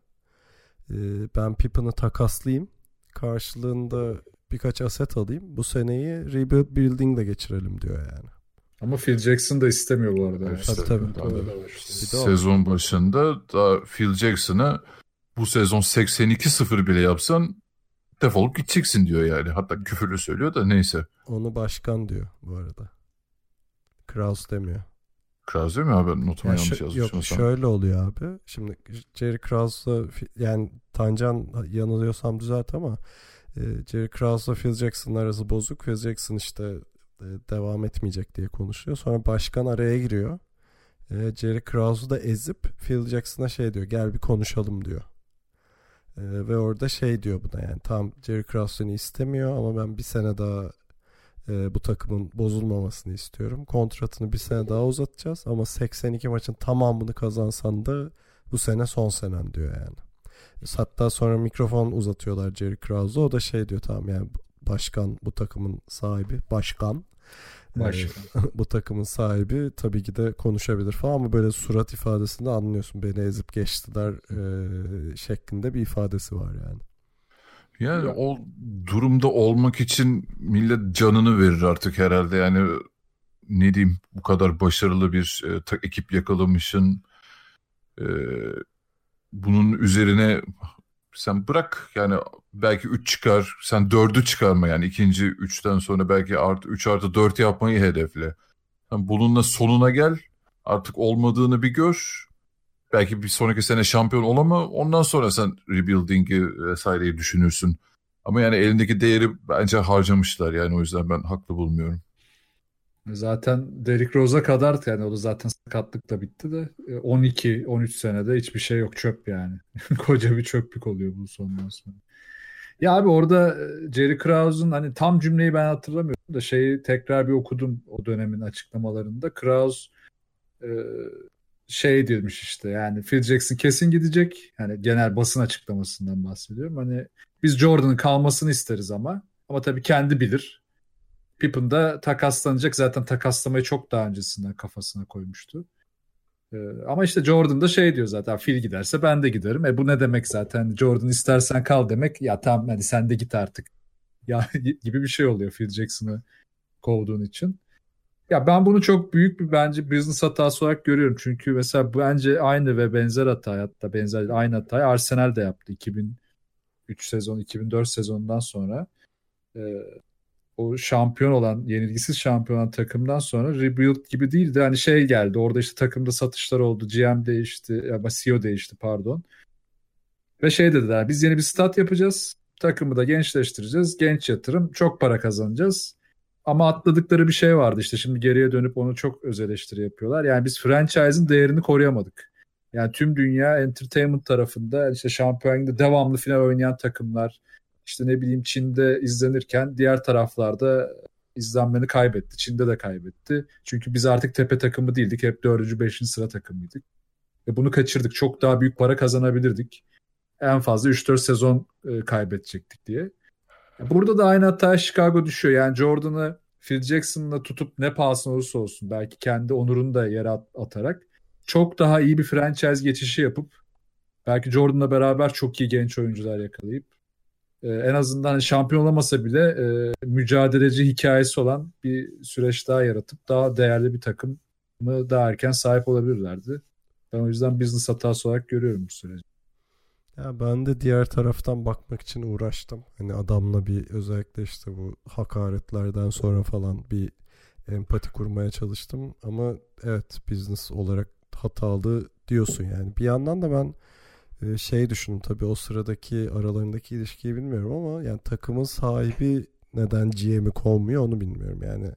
Ben Pippen'ı takaslayayım. Karşılığında birkaç aset alayım. Bu seneyi rebuilding'le geçirelim diyor yani. Ama Phil Jackson da istemiyor bu arada. İşte, tabii. Sezon başında da Phil Jackson'a bu sezon 82-0 bile yapsan defolup gideceksin diyor yani. Hatta küfürlü söylüyor da neyse. Onu başkan diyor bu arada. Krause demiyor. Krause mi abi? Notumu yanlış yazmışım. Yok şöyle oluyor abi. Şimdi Jerry Krause'la yani Tancan yanılıyorsam düzelt ama Jerry Krause'la Phil Jackson'ın arası bozuk. Phil Jackson işte devam etmeyecek diye konuşuyor. Sonra başkan araya giriyor. Jerry Krause'u da ezip Phil Jackson'a diyor. Gel bir konuşalım diyor. Ve orada diyor buna yani. Tam Jerry Krause seni istemiyor ama ben bir sene daha bu takımın bozulmamasını istiyorum. Kontratını bir sene daha uzatacağız ama 82 maçın tamamını kazansan da bu sene son senen diyor yani. Hatta sonra mikrofon uzatıyorlar Jerry Krause'a. O da diyor tamam yani başkan bu takımın sahibi. Başkan. Bu takımın sahibi tabii ki de konuşabilir falan ama böyle surat ifadesinde anlıyorsun. Beni ezip geçtiler şeklinde bir ifadesi var yani. Yani o durumda olmak için millet canını verir artık herhalde. Yani ne diyeyim bu kadar başarılı bir ekip yakalamışsın. Bunun üzerine sen bırak yani belki 3 çıkar. Sen 4'ü çıkarma yani ikinci 3'ten sonra belki 3+4 yapmayı hedefle. Yani bununla sonuna gel. Artık olmadığını bir gör. Belki bir sonraki sene şampiyon olama. Ondan sonra sen rebuilding'i vesaireyi düşünürsün. Ama yani elindeki değeri bence harcamışlar. Yani o yüzden ben haklı bulmuyorum. Zaten Derrick Rose'a kadar yani o da zaten sakatlıkla bitti de 12-13 senede hiçbir şey yok, çöp yani. Koca bir çöplük oluyor bu sondan sonra. Ya abi orada Jerry Krause'un hani tam cümleyi ben hatırlamıyorum da tekrar bir okudum o dönemin açıklamalarında. Krause demiş işte yani Phil Jackson kesin gidecek. Yani genel basın açıklamasından bahsediyorum. Hani biz Jordan'ın kalmasını isteriz ama tabii kendi bilir. Pippen da takaslanacak. Zaten takaslamayı çok daha öncesinden kafasına koymuştu. Ama işte Jordan da diyor zaten Phil giderse ben de giderim. Bu ne demek zaten? Jordan istersen kal demek. Ya tamam hadi sen de git artık. Ya gibi bir şey oluyor Phil Jackson'ı kovduğun için. Ya ben bunu çok büyük bir bence business hatası olarak görüyorum. Çünkü mesela bence aynı ve benzer hata, hatta benzer aynı hatayı Arsenal de yaptı 2003 sezon 2004 sezonundan sonra. Ee, O şampiyon olan, yenilgisiz şampiyon olan takımdan sonra rebuild gibi değildi. Hani şey geldi. Orada işte takımda satışlar oldu. GM değişti. Ama CEO değişti pardon. Ve şey dediler. Biz yeni bir stat yapacağız. Takımı da gençleştireceğiz. Genç yatırım. Çok para kazanacağız. Ama atladıkları bir şey vardı. İşte şimdi geriye dönüp onu çok öz eleştiri yapıyorlar. Yani biz franchise'ın değerini koruyamadık. Yani tüm dünya entertainment tarafında işte Şampiyonluğunda devamlı final oynayan takımlar, işte ne bileyim Çin'de izlenirken diğer taraflarda izlenmeni kaybetti. Çin'de de kaybetti. Çünkü biz artık tepe takımı değildik. Hep 4. 5. sıra takımıydık. Ve bunu kaçırdık. Çok daha büyük para kazanabilirdik. En fazla 3-4 sezon kaybedecektik diye. Burada da aynı hataya Chicago düşüyor. Yani Jordan'ı Phil Jackson'la tutup ne pahasına olursa olsun belki kendi onurunu da yere atarak çok daha iyi bir franchise geçişi yapıp belki Jordan'la beraber çok iyi genç oyuncular yakalayıp en azından şampiyon olamasa bile mücadeleci hikayesi olan bir süreç daha yaratıp daha değerli bir takımı daha erken sahip olabilirlerdi. Ben o yüzden business hatası olarak görüyorum bu süreci. Ya ben de diğer taraftan bakmak için uğraştım. Hani adamla bir özellikle işte bu hakaretlerden sonra falan bir empati kurmaya çalıştım. Ama evet business olarak hatalı diyorsun yani. Bir yandan da ben şey düşündüm tabii o sıradaki aralarındaki ilişkiyi bilmiyorum ama yani takımın sahibi neden GM'i kovmuyor onu bilmiyorum yani.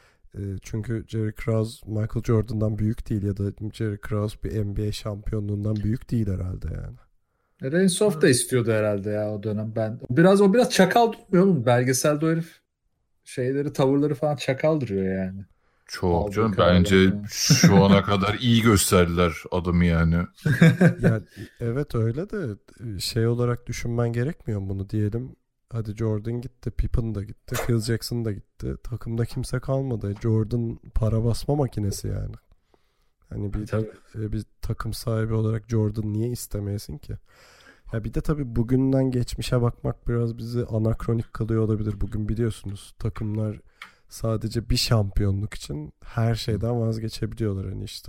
Çünkü Jerry Krause Michael Jordan'dan büyük değil ya da Jerry Krause bir NBA şampiyonluğundan büyük değil herhalde yani. Reinsov da istiyordu herhalde ya o dönem. O biraz çakal tutmuyor mu? Belgeselde o herif şeyleri, tavırları falan çakal duruyor yani. Çok Aldığı canım. kararlar Bence falan. şu ana kadar iyi gösterdiler adamı yani. Yani evet öyle de şey olarak düşünmen gerekmiyor mu bunu diyelim. Hadi Jordan gitti, Pippen da gitti, Phil Jackson da gitti. Takımda kimse kalmadı. Jordan para basma makinesi yani. Hani Tabii. bir takım sahibi olarak Jordan niye istemeyesin ki? Ya bir de tabii bugünden geçmişe bakmak biraz bizi anakronik kalıyor olabilir. Bugün biliyorsunuz takımlar sadece bir şampiyonluk için her şeyden vazgeçebiliyorlar. Hani işte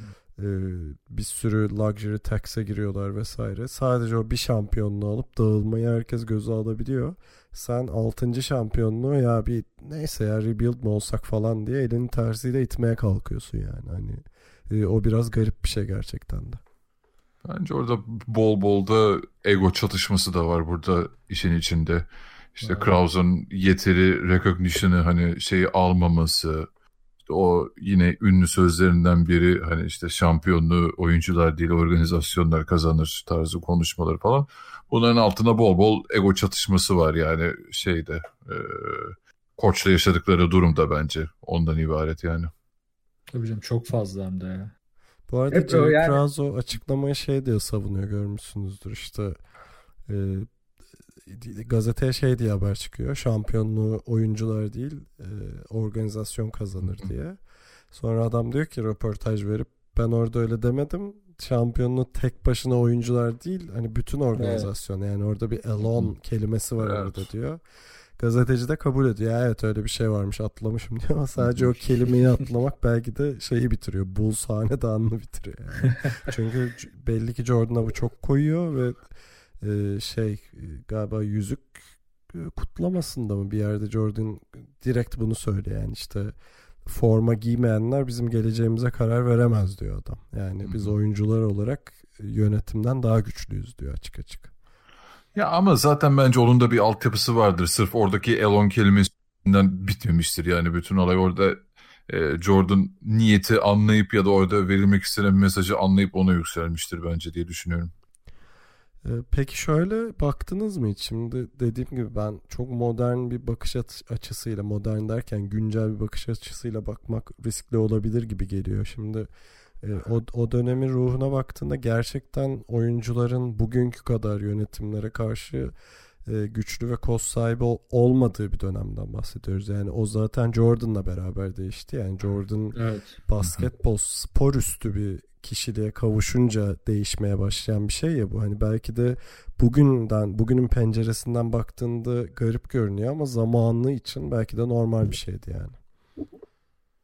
bir sürü luxury tax'e giriyorlar vesaire. Sadece o bir şampiyonluğu alıp dağılmayı herkes göze alabiliyor. Sen 6. şampiyonluğu ya bir neyse ya rebuild mi olsak falan diye elini tersiyle itmeye kalkıyorsun yani. Hani o biraz garip bir şey gerçekten de. Bence orada bol bol da ego çatışması da var burada işin içinde. İşte Evet. Krause'un yeteri recognition'ı hani şeyi almaması, işte o yine ünlü sözlerinden biri hani işte şampiyonluğu oyuncular değil organizasyonlar kazanır tarzı konuşmaları falan. Bunların altında bol bol ego çatışması var yani şeyde koçla yaşadıkları durumda bence ondan ibaret yani. Tabii canım çok fazla hem de ya. Bu arada Hep Jerry yani Krause o açıklamayı şey diye savunuyor görmüşsünüzdür işte e, gazeteye şey diye haber çıkıyor şampiyonluğu oyuncular değil organizasyon kazanır diye. Sonra adam diyor ki röportaj verip ben orada öyle demedim şampiyonluğu tek başına oyuncular değil hani bütün organizasyon yani orada bir alone kelimesi var orada diyor. Gazeteci de kabul ediyor. Ya evet öyle bir şey varmış atlamışım diyor ama sadece o kelimeyi atlamak belki de şeyi bitiriyor. Bulls hanedanını bitiriyor yani. Çünkü belli ki Jordan'a bu çok koyuyor ve galiba yüzük kutlamasında mı bir yerde Jordan direkt bunu söylüyor yani işte forma giymeyenler bizim geleceğimize karar veremez diyor adam. Yani biz oyuncular olarak yönetimden daha güçlüyüz diyor açık açık. Ya ama zaten bence onun da bir altyapısı vardır. Sırf oradaki Elon kelimesinden bitmemiştir. Yani bütün olay orada Jordan niyeti anlayıp ya da orada verilmek istenen mesajı anlayıp ona yükselmiştir bence diye düşünüyorum. Peki şöyle baktınız mı hiç? Şimdi dediğim gibi ben çok modern bir bakış açısıyla modern derken güncel bir bakış açısıyla bakmak riskli olabilir gibi geliyor. Şimdi o dönemin ruhuna baktığında gerçekten oyuncuların bugünkü kadar yönetimlere karşı güçlü ve koz sahibi olmadığı bir dönemden bahsediyoruz. Yani o zaten Jordan'la beraber değişti. Yani Jordan basketbol spor üstü bir kişiliğe kavuşunca değişmeye başlayan bir şey ya bu. Hani belki de bugünün penceresinden baktığında garip görünüyor ama zamanı için belki de normal bir şeydi yani.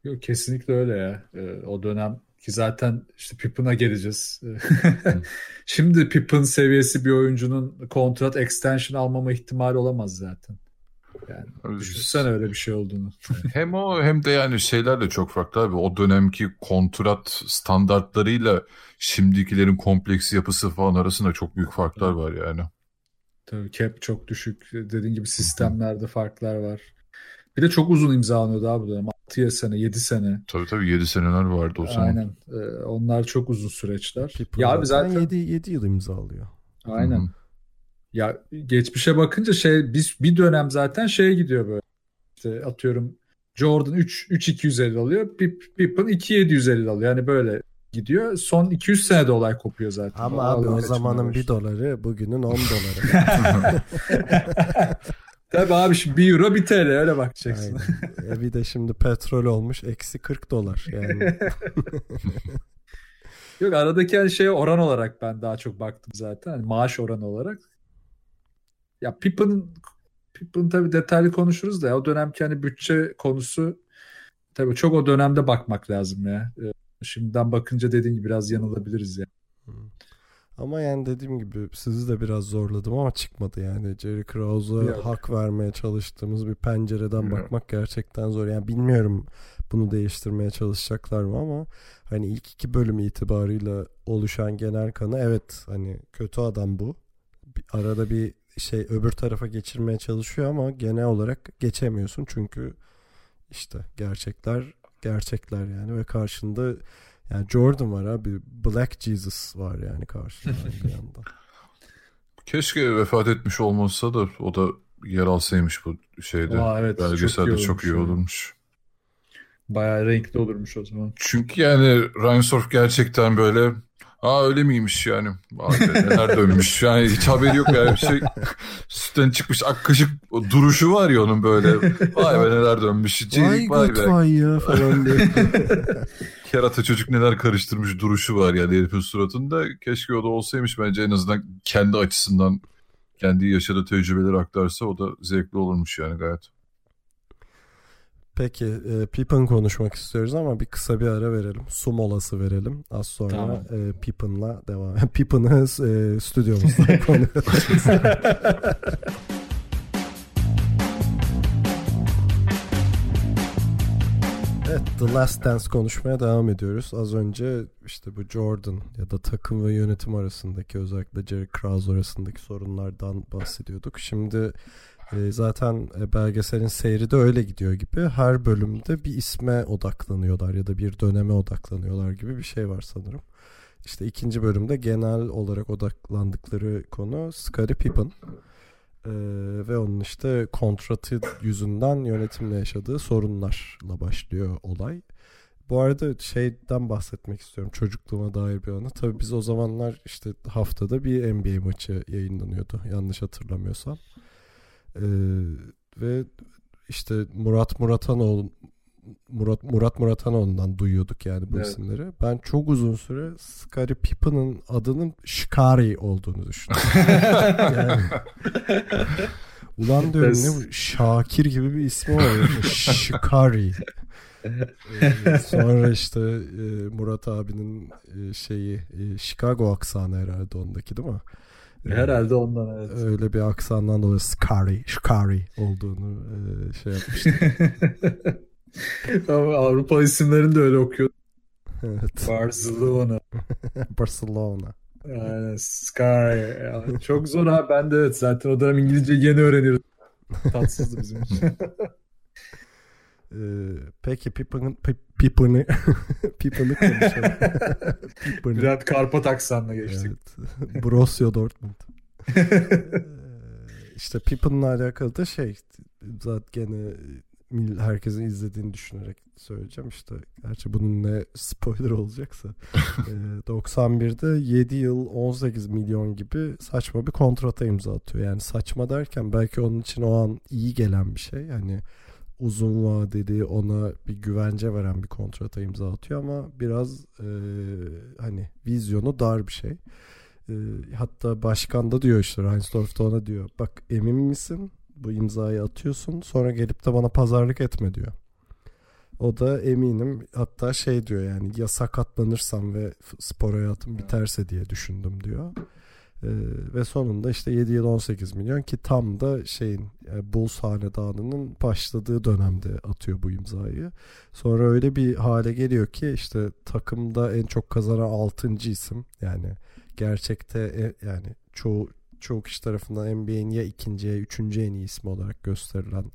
Yok, kesinlikle öyle ya. O dönem ki zaten işte Pippen'a geleceğiz. Şimdi Pippen seviyesi bir oyuncunun kontrat extension almama ihtimali olamaz zaten. Yani düşünsene öyle bir şey olduğunu. Hem o hem de yani şeyler de çok farklı abi. O dönemki kontrat standartlarıyla şimdikilerin kompleks yapısı falan arasında çok büyük farklar var yani. Tabii cap çok düşük. Dediğin gibi sistemlerde farklar var. Bir de çok uzun imzalanıyordu abi bu dönem. 6 sene, 7 sene. Tabii 7 seneler vardı o zaman. Aynen. Onlar çok uzun süreçler. Pippen Ya abi zaten 7 yıl imzalıyor. aynen. Hı-hı. Ya geçmişe bakınca biz bir dönem zaten şeye gidiyor böyle. İşte atıyorum Jordan 3.250 alıyor. Pippen 2.750 alıyor. Yani böyle gidiyor. Son 200 senede olay kopuyor zaten. Ama abi o zamanın $1 bugünün $10. Tabii abi şimdi 1 euro 1 TL öyle bakacaksın. Bir de şimdi petrol olmuş eksi $40 yani. Yok, aradaki hani şeye oran olarak ben daha çok baktım zaten. Hani maaş oranı olarak. Ya Pippen tabii detaylı konuşuruz da o dönemki hani bütçe konusu tabii çok o dönemde bakmak lazım ya. Şimdiden bakınca dediğin gibi biraz yanılabiliriz ya. Ama yani dediğim gibi sizi de biraz zorladım ama çıkmadı yani. Jerry Krause'a hak vermeye çalıştığımız bir pencereden bakmak gerçekten zor. Yani bilmiyorum bunu değiştirmeye çalışacaklar mı ama hani ilk 2 bölüm itibarıyla oluşan genel kanı evet hani kötü adam bu. Arada bir öbür tarafa geçirmeye çalışıyor ama genel olarak geçemiyorsun çünkü işte gerçekler yani ve karşında yani Jordan var abi, Black Jesus var yani karşında bir yandan. Keşke vefat etmiş olmasa da o da yer alsaymış bu şeyde. Evet, belgeselde çok iyi olurmuş. Bayağı renkli olurmuş o zaman. Çünkü yani Reinsdorf gerçekten böyle öyle miymiş yani. Abi neler dönmüş. Yani hiç haberi yok yani. Sütten çıkmış ak kaşık duruşu var ya onun böyle. Vay be neler dönmüş. Vay ya falan diye. Kerata çocuk neler karıştırmış duruşu var yani herifin suratında. Keşke o da olsaymış, bence en azından kendi açısından kendi yaşadığı tecrübeleri aktarsa o da zevkli olurmuş yani gayet. Peki Pippen konuşmak istiyoruz ama bir kısa bir ara verelim. Su molası verelim. Az sonra tamam. Pippen'la devam. Pippen'ı stüdyomuzda konuşacağız. Evet, The Last Dance konuşmaya devam ediyoruz. Az önce işte bu Jordan ya da takım ve yönetim arasındaki, özellikle Jerry Krause arasındaki sorunlardan bahsediyorduk. Şimdi zaten belgeselin seyri de öyle gidiyor gibi. Her bölümde bir isme odaklanıyorlar ya da bir döneme odaklanıyorlar gibi bir şey var sanırım. İşte 2. bölümde genel olarak odaklandıkları konu Scottie Pippen. Ve onun işte kontratı yüzünden yönetimle yaşadığı sorunlarla başlıyor olay. Bu arada şeyden bahsetmek istiyorum, çocukluğuma dair bir anı. Tabii biz o zamanlar işte haftada bir NBA maçı yayınlanıyordu yanlış hatırlamıyorsam. Ve işte Murat Muratanoğlu'ndan duyuyorduk yani bu isimleri. Ben çok uzun süre Scottie Pippen'ın adının Shikari olduğunu düşündüm. Yani, ulan diyorum ne bu? Şakir gibi bir ismi var. Shikari. Sonra işte Murat abinin Chicago aksanı herhalde ondaki, değil mi? Herhalde ondan, evet. Öyle bir aksandan dolayı Shikari olduğunu yapmıştım. Ama Avrupa isimlerini de öyle okuyor. Evet. Barcelona. Yani Sky. Yani çok zor abi. Ben de evet. Zaten o dönem İngilizce yeni öğreniyoruz. Tatsızdı bizim için. Peki Pippen'ı konuşalım. Bülent Karpat aksanla geçtik. Evet. Borussia Dortmund. İşte Pippen'la alakalı da zaten gene herkesin izlediğini düşünerek söyleyeceğim işte. Gerçi bunun ne spoiler olacaksa. 91'de 7 yıl 18 milyon gibi saçma bir kontrata imza atıyor. Yani saçma derken belki onun için o an iyi gelen bir şey. Yani uzun vadeli, ona bir güvence veren bir kontrata imza atıyor ama biraz hani vizyonu dar bir şey. Hatta başkan da diyor işte, Reinsdorf da ona diyor, bak emin misin bu imzayı atıyorsun, sonra gelip de bana pazarlık etme diyor. O da eminim hatta şey diyor yani ya sakatlanırsam ve spor hayatım biterse diye düşündüm diyor. Ve sonunda işte 7 yıl 18 milyon ki tam da şeyin Bulls hanedanının başladığı dönemde atıyor bu imzayı. Sonra öyle bir hale geliyor ki işte takımda en çok kazanan 6. isim yani gerçekte yani çoğu kişi tarafından NBA'nin ya ikinci ya üçüncü en iyi ismi olarak gösterilen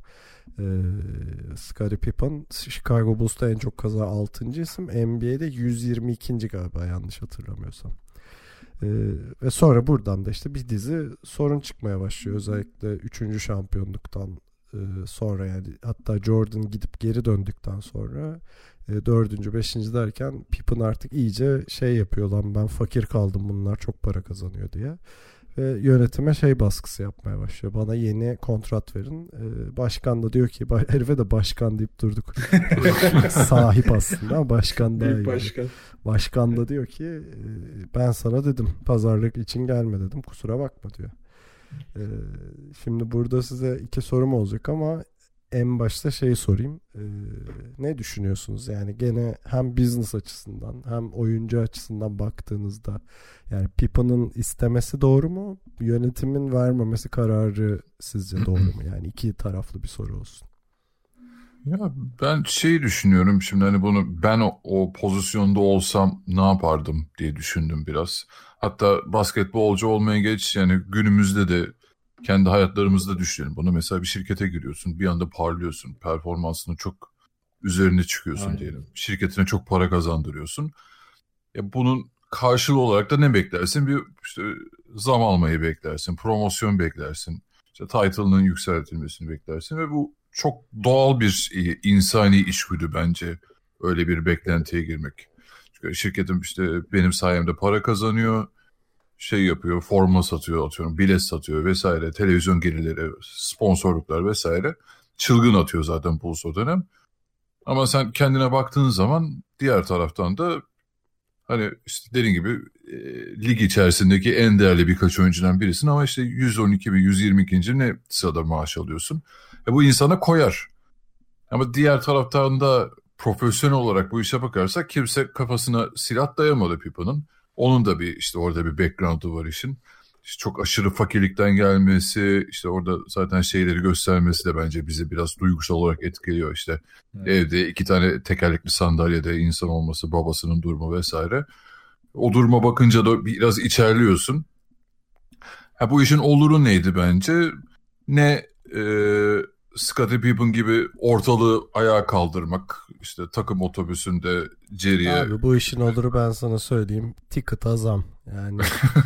Scottie Pippen Chicago Bulls'ta en çok kazanan 6. isim, NBA'de 122. galiba yanlış hatırlamıyorsam. Ve sonra buradan da işte bir dizi sorun çıkmaya başlıyor. Özellikle 3. şampiyonluktan sonra yani hatta Jordan gidip geri döndükten sonra 4. 5. derken Pippen artık iyice şey yapıyor lan ben fakir kaldım bunlar çok para kazanıyor diye. Ve yönetime şey baskısı yapmaya başlıyor. Bana yeni kontrat verin. Başkan da diyor ki herife de başkan deyip durduk. Sahip aslında ama başkan daha iyi. Başkan da diyor ki ben sana dedim pazarlık için gelme dedim kusura bakma diyor. Şimdi burada size 2 sorum olacak ama en başta şeyi sorayım. Ne düşünüyorsunuz? Yani gene hem business açısından hem oyuncu açısından baktığınızda yani Pippen'ın istemesi doğru mu? Yönetimin vermemesi kararı sizce doğru mu? Yani 2 taraflı bir soru olsun. Ya ben şey düşünüyorum şimdi hani bunu ben o pozisyonda olsam ne yapardım diye düşündüm biraz. Hatta basketbolcu olmaya geç yani günümüzde de kendi hayatlarımızda düşünelim. Bunu mesela bir şirkete giriyorsun bir anda parlıyorsun performansının çok üzerine çıkıyorsun Aynen. diyelim. Şirketine çok para kazandırıyorsun. Ya bunun karşılığı olarak da ne beklersin? Bir işte zam almayı beklersin, promosyon beklersin, işte title'ının yükseltilmesini beklersin ve bu çok doğal bir insani içgüdü bence öyle bir beklentiye girmek. Çünkü şirketim işte benim sayemde para kazanıyor, şey yapıyor, forma satıyor, atıyorum, bilet satıyor vesaire, televizyon gelirleri, sponsorluklar vesaire. Çılgın atıyor zaten Bulls o dönem. Ama sen kendine baktığın zaman diğer taraftan da hani işte dediğin gibi lig içerisindeki en değerli birkaç oyuncudan birisin ama işte 112 ve 122. ne sırada maaş alıyorsun. Bu insana koyar. Ama diğer taraftan da profesyonel olarak bu işe bakarsak kimse kafasına silah dayamadı Pippen'ın. Onun da bir işte orada bir background'u var işin. İşte çok aşırı fakirlikten gelmesi, işte orada zaten şeyleri göstermesi de bence bizi biraz duygusal olarak etkiliyor. İşte evde 2 tane tekerlekli sandalyede insan olması, babasının durumu vesaire. O duruma bakınca da biraz içerliyorsun. Bu işin oluru neydi bence? Ne Scottie Pippen gibi ortalığı ayağa kaldırmak, işte takım otobüsünde Jerry'e... Abi bu işin oluru ben sana söyleyeyim. Ticket'a zam. Yani...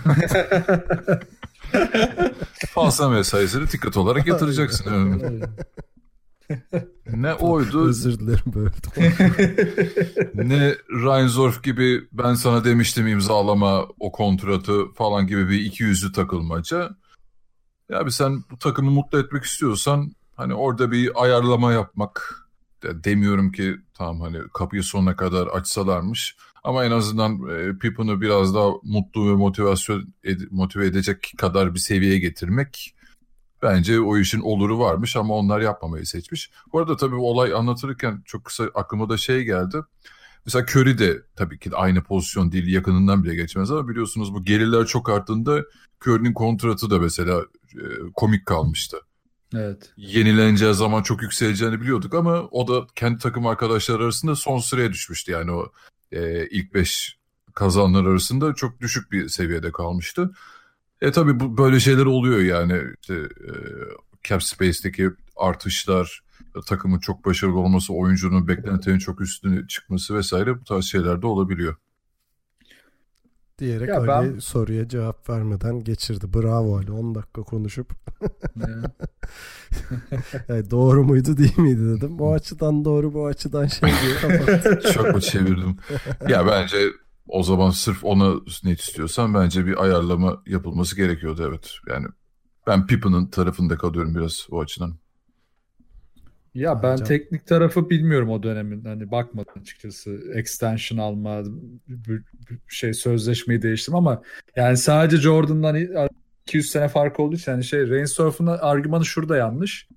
Fazla mesaisini ticket olarak yatıracaksın. Yani. Ne oydu? Özür dilerim böyle. Ne Reinsdorf gibi ben sana demiştim imzalama o kontratı falan gibi bir 200'lü takılmaca. Ya sen bu takımı mutlu etmek istiyorsan hani orada bir ayarlama yapmak, demiyorum ki tamam hani kapıyı sonuna kadar açsalarmış ama en azından Pippen'ı biraz daha mutlu ve motive edecek kadar bir seviyeye getirmek bence o işin oluru varmış ama onlar yapmamayı seçmiş. Bu arada tabii bu olay anlatırken çok kısa aklıma da şey geldi. Mesela Curry de tabii ki aynı pozisyon değil, yakınından bile geçmez ama biliyorsunuz bu gelirler çok arttığında Curry'nin kontratı da mesela komik kalmıştı. Evet. Yenileneceği zaman çok yükseleceğini biliyorduk ama o da kendi takım arkadaşları arasında son sıraya düşmüştü. Yani o ilk 5 kazananlar arasında çok düşük bir seviyede kalmıştı. Tabii bu böyle şeyler oluyor yani. İşte, cap space'teki artışlar, takımın çok başarılı olması, oyuncunun beklentilerin çok üstüne çıkması vesaire bu tarz şeyler de olabiliyor. Diyerek Ali soruya cevap vermeden geçirdi. Bravo Ali. 10 dakika konuşup. Yani doğru muydu değil miydi dedim. Bu açıdan doğru, bu açıdan şey diye kapattım. Çok mu çevirdim? Ya bence o zaman sırf ona ne istiyorsan bence bir ayarlama yapılması gerekiyordu evet. Yani ben Pippen'ın tarafında kalıyorum biraz o açıdan. Ya ben teknik tarafı bilmiyorum o dönemin. Hani bakmadım açıkçası. Extension alma, sözleşmeyi değiştirme ama yani sadece Jordan'dan 200 sene fark olduğu için yani Reinsdorf'un argümanı şurada yanlış.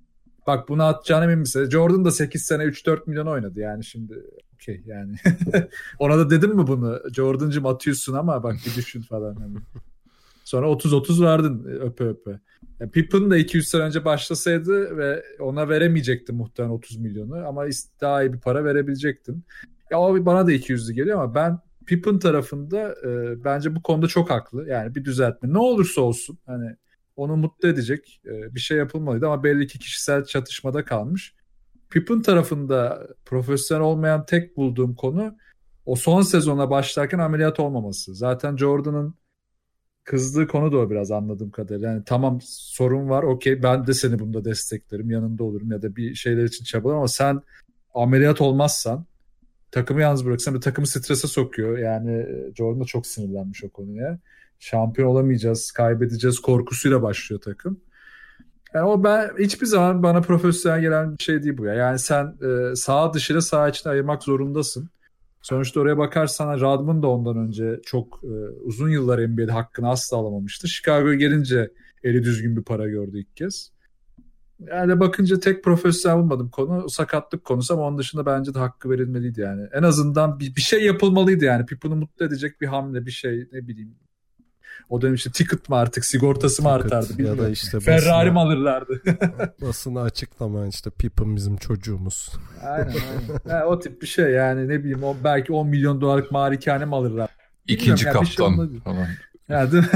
Bak bunu atacağına emin misin? Jordan da 8 sene 3-4 milyon oynadı yani şimdi. Okey yani. Ona da dedim mi bunu? Jordan'cım atıyorsun ama bak bir düşün falan. Yani. Sonra 30-30 verdin öpe öpe. Yani Pippen de 200 sene önce başlasaydı ve ona veremeyecektin muhtemelen 30 milyonu ama daha iyi bir para verebilecektin. Ya o bana da 200'lü geliyor ama ben Pippen tarafında bence bu konuda çok haklı. Yani bir düzeltme. Ne olursa olsun hani onu mutlu edecek bir şey yapılmalıydı ama belli ki kişisel çatışmada kalmış. Pippen tarafında profesyonel olmayan tek bulduğum konu o son sezona başlarken ameliyat olmaması. Zaten Jordan'ın kızdığı konu da o biraz anladığım kadarıyla. Yani tamam sorun var okey ben de seni bunda desteklerim yanında olurum ya da bir şeyler için çabalarım ama sen ameliyat olmazsan takımı yalnız bıraksan bir takımı strese sokuyor. Yani Jordan da çok sinirlenmiş o konuya. Şampiyon olamayacağız, kaybedeceğiz korkusuyla başlıyor takım. Yani o ben hiçbir zaman bana profesyonel gelen bir şey değil bu ya. Yani sen sağ dışı ile sağ içini ayırmak zorundasın. Sonuçta oraya bakarsan Rodman da ondan önce çok uzun yıllar NBA'de hakkını asla alamamıştı. Chicago'ya gelince eli düzgün bir para gördü ilk kez. Yani bakınca tek profesyonel bulmadım konu sakatlık konusu ama onun dışında bence de hakkı verilmeliydi yani. En azından bir şey yapılmalıydı yani. Pippen'ı mutlu edecek bir hamle bir şey ne bileyim. O dönem işte ticket mı artık sigortası mı artardı bilmiyorum. Ya da işte Ferrari mi alırlardı? Basına açıklama işte Pippen bizim çocuğumuz. Aynen. Yani o tip bir şey yani ne bileyim o belki 10 milyon dolarlık malikane mi alırlar? İkinci kaptan şey falan. Yani, değil mi?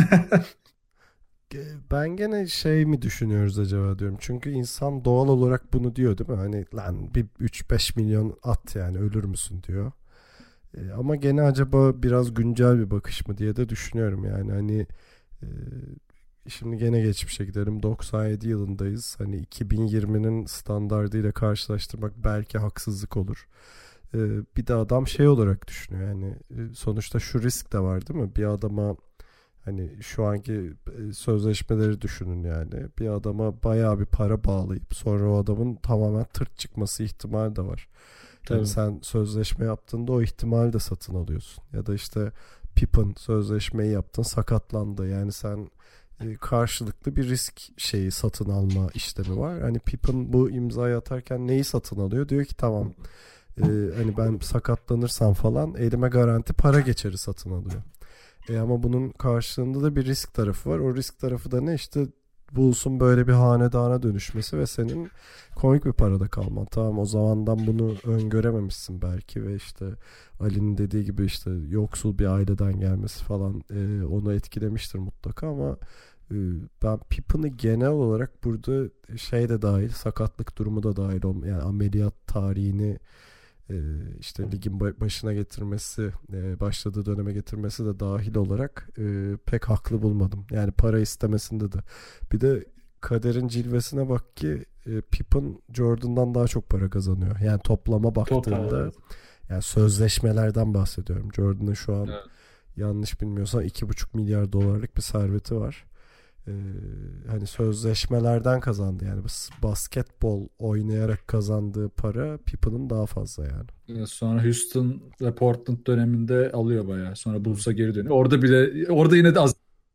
Ben gene şey mi düşünüyoruz acaba diyorum. Çünkü insan doğal olarak bunu diyor değil mi? Hani lan bir 3-5 milyon at yani ölür müsün diyor. Ama gene acaba biraz güncel bir bakış mı diye de düşünüyorum yani. Hani şimdi gene geçmişe gidelim. 97 yılındayız. Hani 2020'nin standardıyla karşılaştırmak belki haksızlık olur. Bir de adam şey olarak düşünüyor yani sonuçta şu risk de var değil mi? Bir adama hani şu anki sözleşmeleri düşünün yani. Bir adama bayağı bir para bağlayıp sonra o adamın tamamen tırt çıkması ihtimali de var. Yani sen sözleşme yaptığında o ihtimali de satın alıyorsun. Ya da işte Pippen sözleşmeyi yaptın sakatlandı. Yani sen karşılıklı bir risk şeyi satın alma işlemi var. Hani Pippen bu imzayı atarken neyi satın alıyor? Diyor ki tamam hani ben sakatlanırsam falan elime garanti para geçeri satın alıyor. Ama bunun karşılığında da bir risk tarafı var. O risk tarafı da ne işte Bulls'un böyle bir hanedana dönüşmesi ve senin komik bir parada kalman. Tamam o zamandan bunu öngörememişsin belki ve işte Ali'nin dediği gibi işte yoksul bir aileden gelmesi falan onu etkilemiştir mutlaka ama ben Pippen'ı genel olarak burada şey de dahil sakatlık durumu da dahil yani ameliyat tarihini işte ligin başına getirmesi başladığı döneme getirmesi de dahil olarak pek haklı bulmadım. Yani para istemesinde de. Bir de kaderin cilvesine bak ki Pippen Jordan'dan daha çok para kazanıyor. Yani toplama baktığında evet. Yani sözleşmelerden bahsediyorum. Jordan'ın şu an yanlış bilmiyorsam 2,5 milyar dolarlık bir serveti var. Hani sözleşmelerden kazandı yani basketbol oynayarak kazandığı para Pippen'ın daha fazla yani. Sonra Houston ve Portland döneminde alıyor bayağı. Sonra Bulls'a geri dönüyor. Orada yine de az.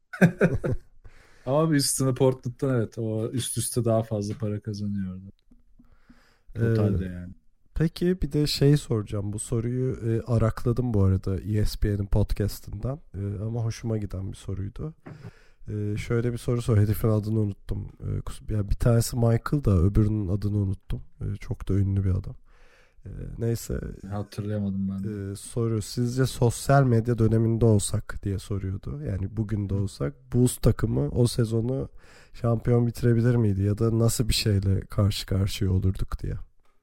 Ama Houston ve Portland'dan evet o üst üste daha fazla para kazanıyor orada. Totalde yani. Peki bir de şey soracağım. Bu soruyu arakladım bu arada ESPN'in podcast'ından. Ama hoşuma giden bir soruydu. Şöyle bir soru sor. Herifin adını unuttum. Yani bir tanesi Michael da öbürünün adını unuttum. Çok da ünlü bir adam. Neyse. Hatırlayamadım ben. Soru. Sizce sosyal medya döneminde olsak diye soruyordu. Yani bugün de olsak Bulls takımı o sezonu şampiyon bitirebilir miydi? Ya da nasıl bir şeyle karşı karşıya olurduk diye.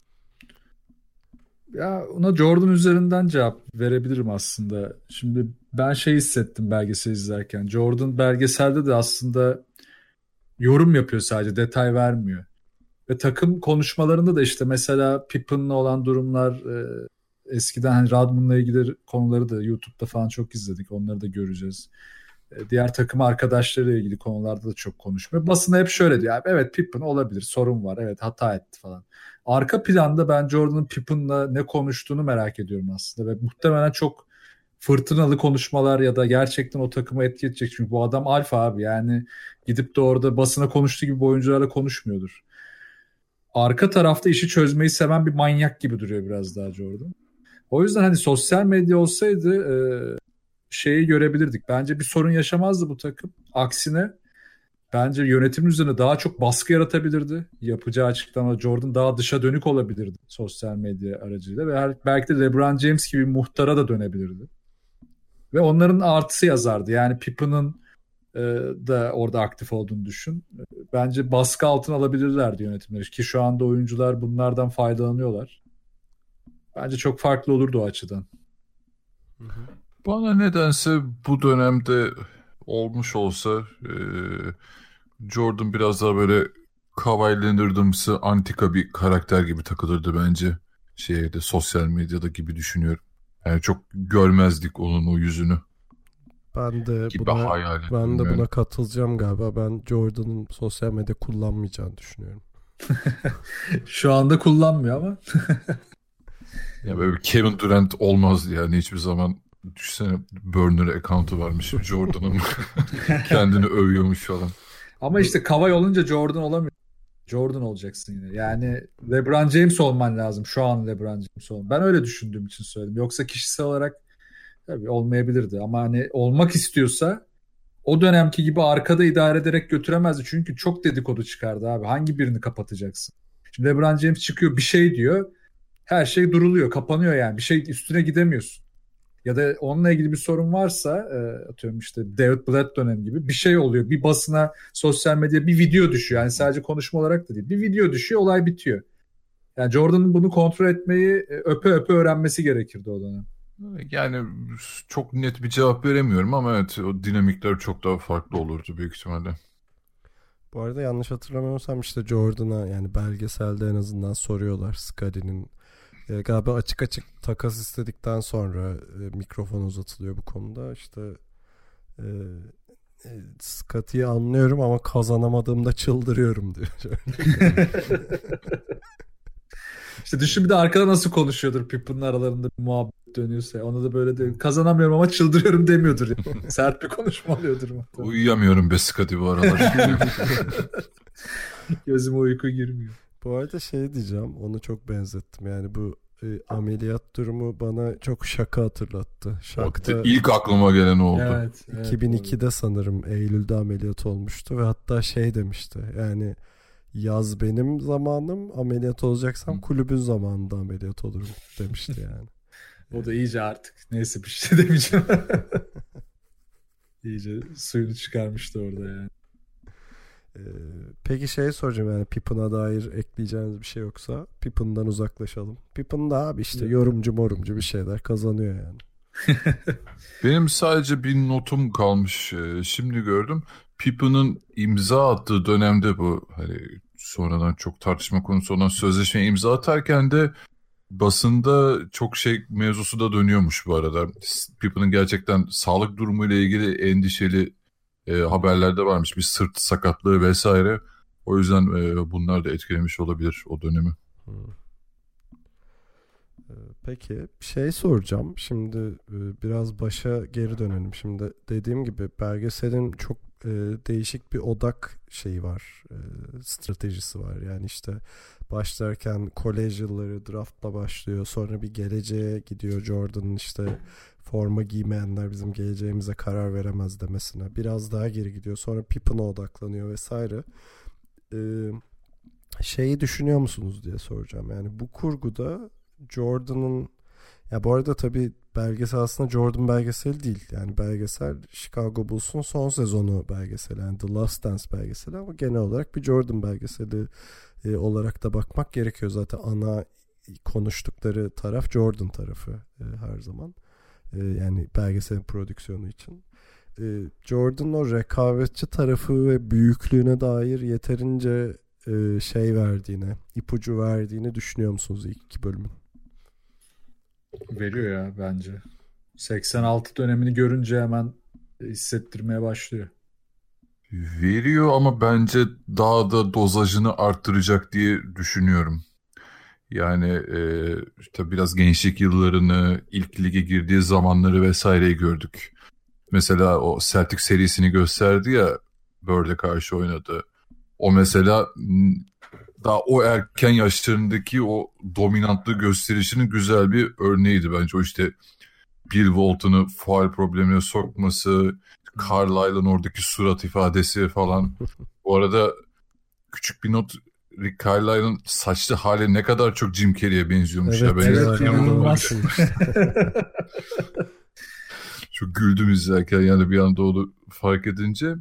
Ya ona Jordan üzerinden cevap verebilirim aslında. Şimdi ben şey hissettim belgesel izlerken. Jordan belgeselde de aslında yorum yapıyor sadece detay vermiyor. Ve takım konuşmalarında da işte mesela Pippen'la olan durumlar eskiden hani Rodman'la ilgili konuları da YouTube'da falan çok izledik. Onları da göreceğiz. Diğer takım arkadaşlarıyla ilgili konularda da çok konuşmuyor. Basına hep şöyle diyor. Evet Pippen olabilir sorun var. Evet hata etti falan. Arka planda ben Jordan'ın Pippen'la ne konuştuğunu merak ediyorum aslında. Ve muhtemelen çok fırtınalı konuşmalar ya da gerçekten o takımı etki edecek. Çünkü bu adam alfa abi yani gidip de orada basına konuştuğu gibi oyuncularla konuşmuyordur. arka tarafta işi çözmeyi seven bir manyak gibi duruyor biraz daha Jordan. O yüzden hani sosyal medya olsaydı şeyi görebilirdik. Bence bir sorun yaşamazdı bu takım. Aksine bence yönetimin üzerine daha çok baskı yaratabilirdi. Yapacağı açıklama Jordan daha dışa dönük olabilirdi sosyal medya aracıyla ve belki de LeBron James gibi muhtara da dönebilirdi. Ve onların artısı yazardı. Yani Pippen'ın da orada aktif olduğunu düşün. Bence baskı altına alabilirlerdi yönetimleri ki şu anda oyuncular bunlardan faydalanıyorlar. Bence çok farklı olurdu o açıdan. Bana nedense bu dönemde olmuş olsa Jordan biraz daha böyle Kawhi Leonard'ımsı antika bir karakter gibi takılırdı bence sosyal medyada gibi düşünüyorum. Yani çok görmezdik onun o yüzünü. Ben de gibi buna katılacağım galiba. Ben Jordan'ın sosyal medya kullanmayacağını düşünüyorum. Şu anda kullanmıyor ama. Ya böyle Kevin Durant olmazdı yani hiçbir zaman. Düşünsene burner account'u varmış Jordan'ın. Kendini övüyormuş falan. Ama işte Kawhi olunca Jordan olamıyor. Jordan olacaksın yine. Yani LeBron James olman lazım. Şu an LeBron James olman. Ben öyle düşündüğüm için söyledim. Yoksa kişisel olarak tabii olmayabilirdi. Ama hani olmak istiyorsa o dönemki gibi arkada idare ederek götüremezdi. Çünkü çok dedikodu çıkardı abi. Hangi birini kapatacaksın? Şimdi LeBron James çıkıyor bir şey diyor. Her şey duruluyor, kapanıyor yani. Bir şey üstüne gidemiyorsun. Ya da onunla ilgili bir sorun varsa atıyorum işte David Blatt dönemi gibi bir şey oluyor. Bir basına, sosyal medyaya bir video düşüyor. Yani sadece konuşma olarak da değil. Bir video düşüyor, olay bitiyor. Yani Jordan'ın bunu kontrol etmeyi öpe öpe öğrenmesi gerekirdi o dönem. Yani çok net bir cevap veremiyorum ama evet o dinamikler çok daha farklı olurdu büyük ihtimalle. Bu arada yanlış hatırlamıyorsam işte Jordan'a yani belgeselde en azından soruyorlar Scotty'nin. Galiba açık açık takas istedikten sonra mikrofon uzatılıyor bu konuda. İşte Scotty'yi anlıyorum ama kazanamadığımda çıldırıyorum diyor. İşte düşün bir de arkada nasıl konuşuyordur Pippen'ın aralarında bir muhabbet dönüyorsa. Ona da böyle de kazanamıyorum ama çıldırıyorum demiyordur. Yani. Sert bir konuşma oluyordur muhtemelen. Uyuyamıyorum be Scotty bu aralar. Gözüme uyku girmiyor. Bu arada şey diyeceğim, onu çok benzettim. Yani bu ameliyat durumu bana çok şaka hatırlattı. Şak'ta İlk aklıma gelen oldu. Evet, 2002'de sanırım Eylül'de ameliyat olmuştu ve hatta şey demişti. Yani yaz benim zamanım, ameliyat olacaksam kulübün zamanında ameliyat olurum demişti yani. O da iyice artık. Neyse bir şey demeyeceğim. İyice suyunu çıkarmıştı orada yani. Peki şey soracağım, yani Pippen'a dair ekleyeceğiniz bir şey yoksa Pippen'dan uzaklaşalım. Pippen da abi işte yorumcu bir şeyler kazanıyor yani. Benim sadece bir notum kalmış. Şimdi gördüm. Pippen'ın imza attığı dönemde bu hani sonradan çok tartışma konusu olan sözleşmeye imza atarken de basında çok şey mevzusu da dönüyormuş bu arada. Pippen'ın gerçekten sağlık durumuyla ilgili endişeli haberlerde varmış. Bir sırt sakatlığı vesaire. O yüzden bunlar da etkilemiş olabilir o dönemi. Peki şey soracağım. Şimdi biraz başa geri dönelim. Şimdi dediğim gibi belgeselin çok değişik bir odak şeyi var. Stratejisi var. Yani işte başlarken kolej yılları draftla başlıyor. Sonra bir geleceğe gidiyor. Jordan'ın işte forma giymeyenler bizim geleceğimize karar veremez demesine. Biraz daha geri gidiyor. Sonra Pippen'a odaklanıyor vesaire. Şeyi düşünüyor musunuz diye soracağım. Yani bu kurguda Jordan'ın, ya bu arada tabii belgesel aslında Jordan belgeseli değil. Yani belgesel Chicago Bulls'un son sezonu belgeseli. Yani The Last Dance belgeseli ama genel olarak bir Jordan belgeseli olarak da bakmak gerekiyor. Zaten ana konuştukları taraf Jordan tarafı her zaman. Yani belgeselin prodüksiyonu için. Jordan'ın o rekabetçi tarafı ve büyüklüğüne dair yeterince şey verdiğini, ipucu verdiğini düşünüyor musunuz ilk iki bölümün? Veriyor ya bence. 86 dönemini görünce hemen hissettirmeye başlıyor. Veriyor ama bence daha da dozajını arttıracak diye düşünüyorum. Yani işte biraz gençlik yıllarını, ilk lige girdiği zamanları vesaireyi gördük. Mesela o Celtic serisini gösterdi ya, Bird'e karşı oynadı. O mesela daha o erken yaşlarındaki o dominantlığı gösterişinin güzel bir örneğiydi bence. O işte Bill Walton'u faul problemine sokması, Carlisle'ın oradaki surat ifadesi falan. Bu arada küçük bir not, Rick Carlisle'ın saçlı hali ne kadar çok Jim Carrey'e benziyormuş. Evet, evet, inanılmaz. Çok güldüm izlerken yani bir anda onu fark edince.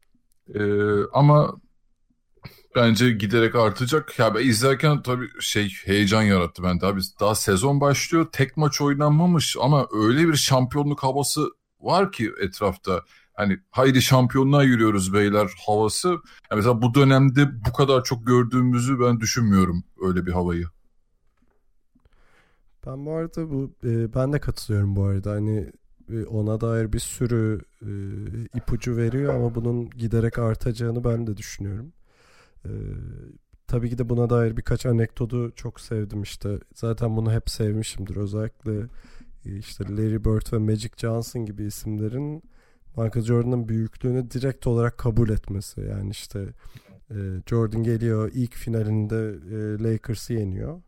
Ama bence giderek artacak. Ya ben izlerken tabii heyecan yarattı bende. Abi daha sezon başlıyor. Tek maç oynanmamış ama öyle bir şampiyonluk havası var ki etrafta. Hani haydi şampiyonluğa yürüyoruz beyler havası. Yani mesela bu dönemde bu kadar çok gördüğümüzü ben düşünmüyorum öyle bir havayı. Ben bu arada ben de katılıyorum bu arada. Hani ona dair bir sürü ipucu veriyor ama bunun giderek artacağını ben de düşünüyorum. Tabii ki de buna dair birkaç anekdotu çok sevdim işte. Zaten bunu hep sevmişimdir. Özellikle işte Larry Bird ve Magic Johnson gibi isimlerin Michael Jordan'ın büyüklüğünü direkt olarak kabul etmesi. Yani işte Jordan geliyor ilk finalinde Lakers'ı yeniyor.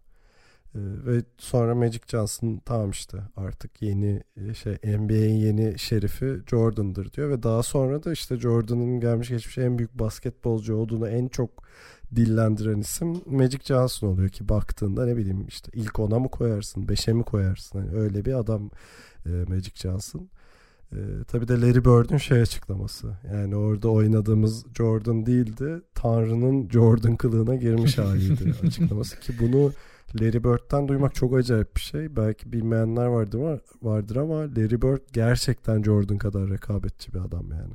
Ve sonra Magic Johnson tamam işte artık yeni NBA'in yeni şerifi Jordan'dır diyor ve daha sonra da işte Jordan'ın gelmiş geçmiş en büyük basketbolcu olduğunu en çok dillendiren isim Magic Johnson oluyor ki baktığında ne bileyim işte ilk 10'a mı koyarsın 5'e mi koyarsın hani öyle bir adam Magic Johnson. Tabii de Larry Bird'ün açıklaması yani orada oynadığımız Jordan değildi Tanrı'nın Jordan kılığına girmiş haliydi açıklaması ki bunu Larry Bird'den duymak çok acayip bir şey. Belki bilmeyenler vardır ama Larry Bird gerçekten Jordan kadar rekabetçi bir adam yani.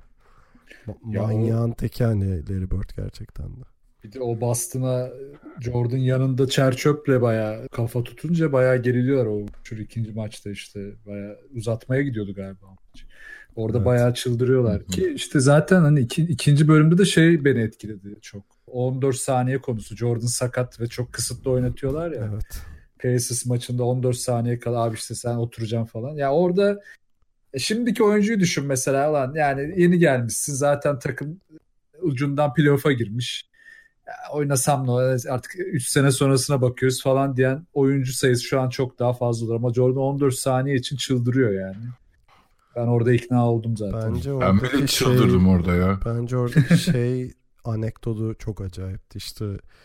Manyağın teki hani Larry Bird gerçekten de. Bir de o Boston'a Jordan yanında çerçöple bayağı kafa tutunca bayağı geriliyorlar o ikinci maçta işte bayağı uzatmaya gidiyordu galiba. Orada bayağı çıldırıyorlar ki işte zaten hani ikinci bölümde de beni etkiledi çok. 14 saniye konusu. Jordan sakat ve çok kısıtlı oynatıyorlar ya. Evet. Pacers maçında 14 saniye kala abi işte sen oturacaksın falan. Ya orada şimdiki oyuncuyu düşün mesela lan yani yeni gelmişsin zaten takım ucundan playoff'a girmiş. Ya oynasam ne artık 3 sene sonrasına bakıyoruz falan diyen oyuncu sayısı şu an çok daha fazla olur ama Jordan 14 saniye için çıldırıyor yani. Ben orada ikna oldum zaten. Ben bile çıldırdım orada ya. Bence oradaki anekdotu çok acayipti. İşte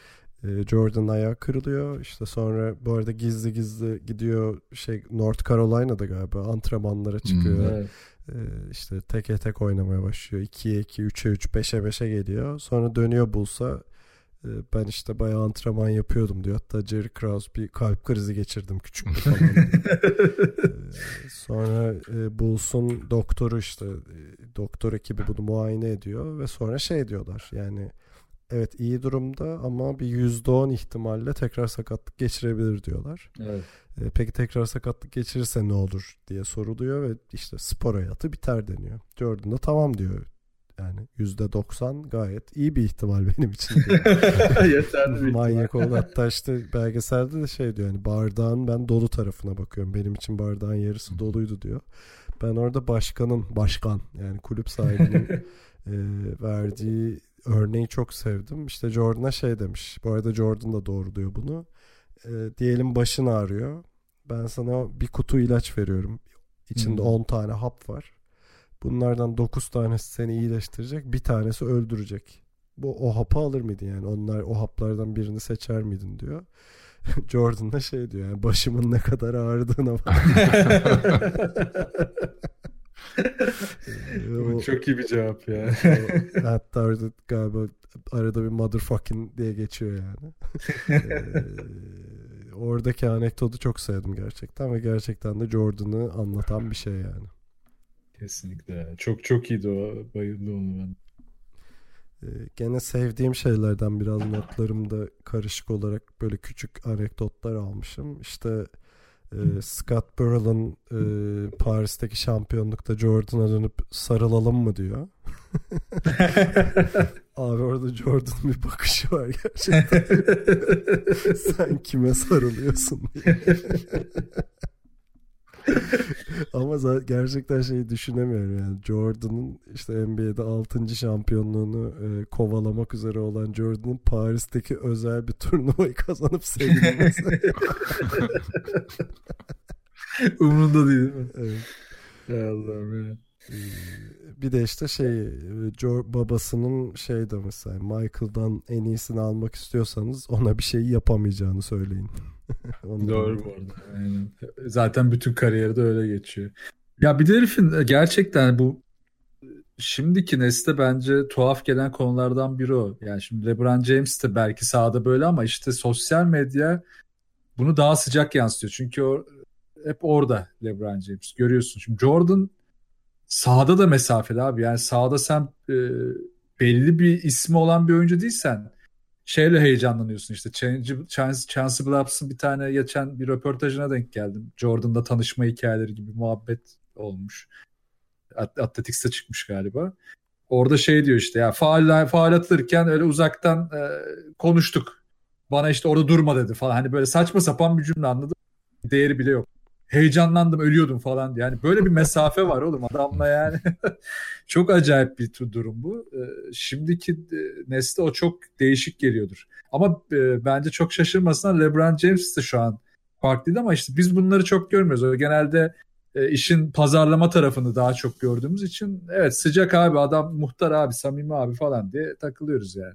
Jordan ayağı kırılıyor. İşte sonra bu arada gizli gizli gidiyor North Carolina'da galiba antrenmanlara çıkıyor. Evet. İşte teke tek oynamaya başlıyor. 2'ye 2, 3'e 3, 5'e 5'e geliyor. Sonra dönüyor Bulls'a. Ben işte bayağı antrenman yapıyordum diyor. Hatta Jerry Krause bir kalp krizi geçirdim küçüktü falan. Sonra Bulls'un doktoru işte doktor ekibi bunu muayene ediyor ve sonra diyorlar yani evet iyi durumda ama bir %10 ihtimalle tekrar sakatlık geçirebilir diyorlar. Evet. Peki tekrar sakatlık geçirirse ne olur diye soruluyor ve işte spor hayatı biter deniyor. Jordan da tamam diyor. Yani %90 gayet iyi bir ihtimal benim için. Yeterli bir manyak oldu. Hatta işte belgeselde de diyor yani bardağın ben dolu tarafına bakıyorum. Benim için bardağın yarısı doluydu diyor. Ben orada başkan yani kulüp sahibinin verdiği örneği çok sevdim. İşte Jordan'a demiş. Bu arada Jordan da doğruluyor bunu. Diyelim başın ağrıyor. Ben sana bir kutu ilaç veriyorum. İçinde 10 tane hap var. Bunlardan 9 tanesi seni iyileştirecek. Bir tanesi öldürecek. O hapı alır mıydın yani? O haplardan birini seçer miydin diyor. Jordan da diyor yani başımın ne kadar ağrıdığına bak. Çok iyi bir cevap ya. Hatta orada galiba arada bir motherfucking diye geçiyor yani. Oradaki anekdotu çok sevdim gerçekten ve gerçekten de Jordan'ı anlatan bir şey yani. Kesinlikle. Çok çok iyiydi o. Bayıldım onu ben. Gene sevdiğim şeylerden biraz notlarımda karışık olarak böyle küçük anekdotlar almışım. İşte Scott Burrell'ın Paris'teki şampiyonlukta Jordan'a dönüp sarılalım mı diyor. Abi orada Jordan'ın bir bakışı var gerçekten. Sen kime sarılıyorsun diye. Ama gerçekten şeyi düşünemiyorum yani. Jordan'ın işte NBA'de 6. şampiyonluğunu kovalamak üzere olan Jordan'ın Paris'teki özel bir turnuvayı kazanıp sevinmesi. Umrunda değil mi? Evet. Ya Allah'ım ya. Bir de işte babasının de mesela Michael'dan en iyisini almak istiyorsanız ona bir şey yapamayacağını söyleyin. Doğru bu arada. Aynen. Zaten bütün kariyeri de öyle geçiyor. Ya bir de herifin gerçekten bu şimdiki nesle bence tuhaf gelen konulardan biri o. Yani şimdi LeBron James de belki sahada böyle ama işte sosyal medya bunu daha sıcak yansıtıyor. Çünkü o hep orada LeBron James. Görüyorsun. Şimdi Jordan sahada da mesafeli abi. Yani sahada sen belli bir ismi olan bir oyuncu değilsen şeyle heyecanlanıyorsun işte. Chance Billups'ın bir tane geçen bir röportajına denk geldim. Jordan'la tanışma hikayeleri gibi muhabbet olmuş. Athletics'te çıkmış galiba. Orada şey diyor işte ya faul atılırken öyle uzaktan konuştuk. Bana işte orada durma dedi falan. Hani böyle saçma sapan bir cümle, anladım. Değeri bile yok. Heyecanlandım, ölüyordum falan diye. Yani böyle bir mesafe var oğlum adamla yani. Çok acayip bir durum bu. Şimdiki nesle o çok değişik geliyordur. Ama bence çok şaşırmasınlar, LeBron James de şu an farklıydı ama işte biz bunları çok görmüyoruz. O genelde işin pazarlama tarafını daha çok gördüğümüz için evet sıcak abi, adam muhtar abi, samimi abi falan diye takılıyoruz yani.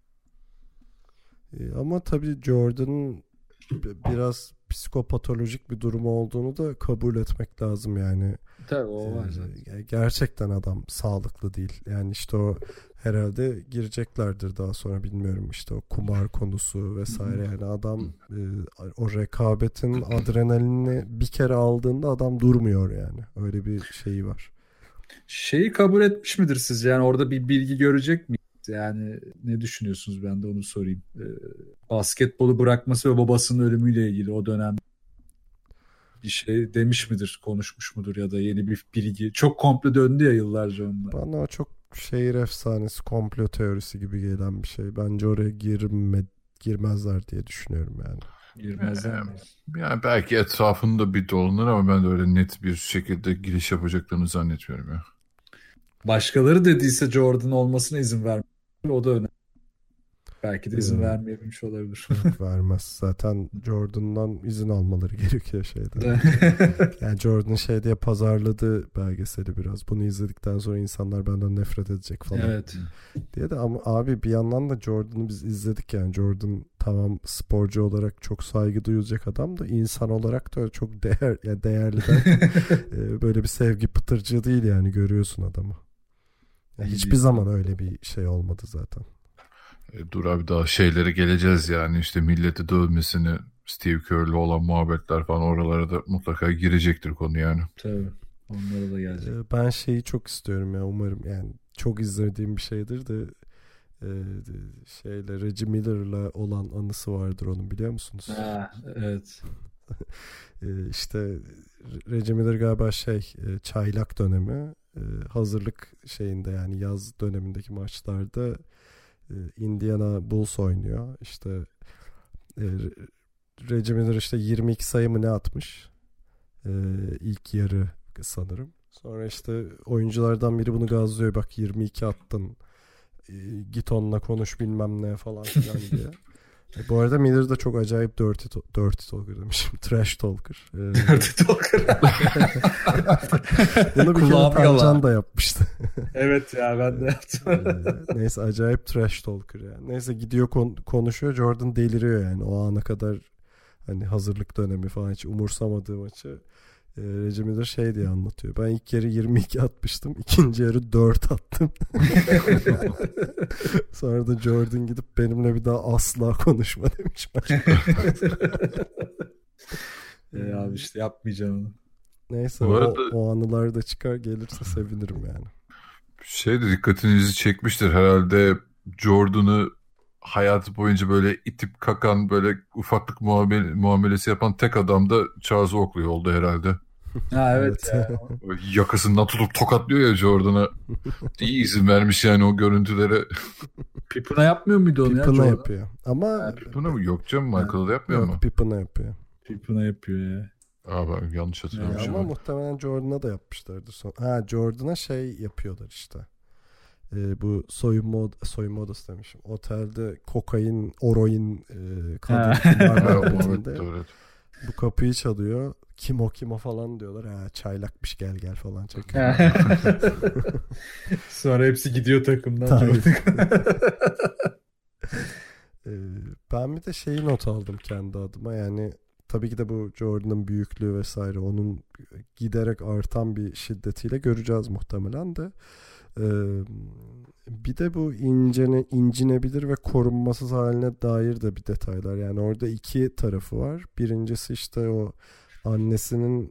Ama tabii Jordan'ın biraz psikopatolojik bir durumu olduğunu da kabul etmek lazım yani. Tabii o var zaten. Gerçekten adam sağlıklı değil. Yani işte o herhalde gireceklerdir daha sonra, bilmiyorum, işte o kumar konusu vesaire. Yani adam o rekabetin adrenalinini bir kere aldığında adam durmuyor yani. Öyle bir şeyi var. Şeyi kabul etmiş midir siz? Yani orada bir bilgi görecek mi? Yani ne düşünüyorsunuz, ben de onu sorayım. Basketbolu bırakması ve babasının ölümüyle ilgili o dönem bir şey demiş midir, konuşmuş mudur ya da yeni bir bilgi? Çok komple döndü ya yıllarca onlar. Bana o çok şehir efsanesi, komplo teorisi gibi gelen bir şey. Bence oraya girmezler diye düşünüyorum yani. Girmezler mi? Yani belki etrafında bir dolanır ama ben de öyle net bir şekilde giriş yapacaklarını zannetmiyorum ya. Başkaları dediyse Jordan olmasına izin vermiyor. O da önemli. Belki de izin vermeyebilmiş olabilir. Yok, vermez. Zaten Jordan'dan izin almaları gerekiyor şeyden. Yani Jordan diye pazarladı belgeseli biraz. Bunu izledikten sonra insanlar benden nefret edecek falan. Evet. Diye de ama abi bir yandan da Jordan'ı biz izledik yani. Jordan tamam sporcu olarak çok saygı duyulacak adam da insan olarak da çok değerli derken böyle bir sevgi pıtırcığı değil yani, görüyorsun adamı. Yani hiçbir zaman öyle bir şey olmadı zaten. Dur abi, daha şeylere geleceğiz yani, işte milleti dövmesini, Steve Kerr'le olan muhabbetler falan, oralara da mutlaka girecektir konu yani. Tabii. Onlara da gelecek. Ben şeyi çok istiyorum ya, umarım yani çok izlediğim bir şeydir de Reggie Miller'la olan anısı vardır onun, biliyor musunuz? Ha, evet. İşte Reggie Miller galiba çaylak dönemi, hazırlık şeyinde yani yaz dönemindeki maçlarda Indiana Bulls oynuyor. İşte Reggie Miller işte 22 sayı mı ne atmış ilk yarı sanırım. Sonra işte oyunculardan biri bunu gazlıyor, bak 22 attın, git onunla konuş bilmem ne falan filan diye. Bu arada Miller de çok acayip dirty talker demişim. Trash talker. Dirty talker. Bunu bir kere Tancan da yapmıştı. Evet ya, ben de yaptım. Neyse, acayip trash talker yani. Neyse gidiyor konuşuyor. Jordan deliriyor yani. O ana kadar hani hazırlık dönemi falan hiç umursamadığı maçı Reggie Miller diye anlatıyor. Ben ilk yarı 22 atmıştım. İkinci yarı 4 attım. Sonra da Jordan gidip benimle bir daha asla konuşma demiş. Abi işte yapmayacağım onu. Neyse o anılar da çıkar, gelirse sevinirim yani. De dikkatinizi çekmiştir herhalde, Jordan'ı hayatı boyunca böyle itip kakan, böyle ufaklık muamelesi yapan tek adam da Charles Oakley oldu herhalde. Ha evet ya. Yakasından tutup tokatlıyor ya Jordan'a. İyi izin vermiş yani o görüntülere. Pippin'a yapmıyor muydu onu Pippin'a ya? yapıyor. Ama Pippin'a mı? Yok canım, Michael'a da yapmıyor mu? Pippin'a yapıyor. Pippin'a yapıyor ya. Ben yanlış hatırlamışım. Ama muhtemelen Jordan'a da yapmışlardır. Jordan'a şey yapıyorlar işte. Bu soyunma odası demişim. Otelde kokain, oroin kadın muhabbetinde. Evet. Bu kapıyı çalıyor. Kim o falan diyorlar. Çaylakmış gel falan çekiyor. Sonra hepsi gidiyor takımdan. Ben bir de şeyi not aldım kendi adıma. Yani tabii ki de bu Jordan'ın büyüklüğü vesaire onun giderek artan bir şiddetiyle göreceğiz muhtemelen de. Bir de bu incinebilir ve korunmasız haline dair de bir detaylar. Yani orada iki tarafı var. Birincisi işte o annesinin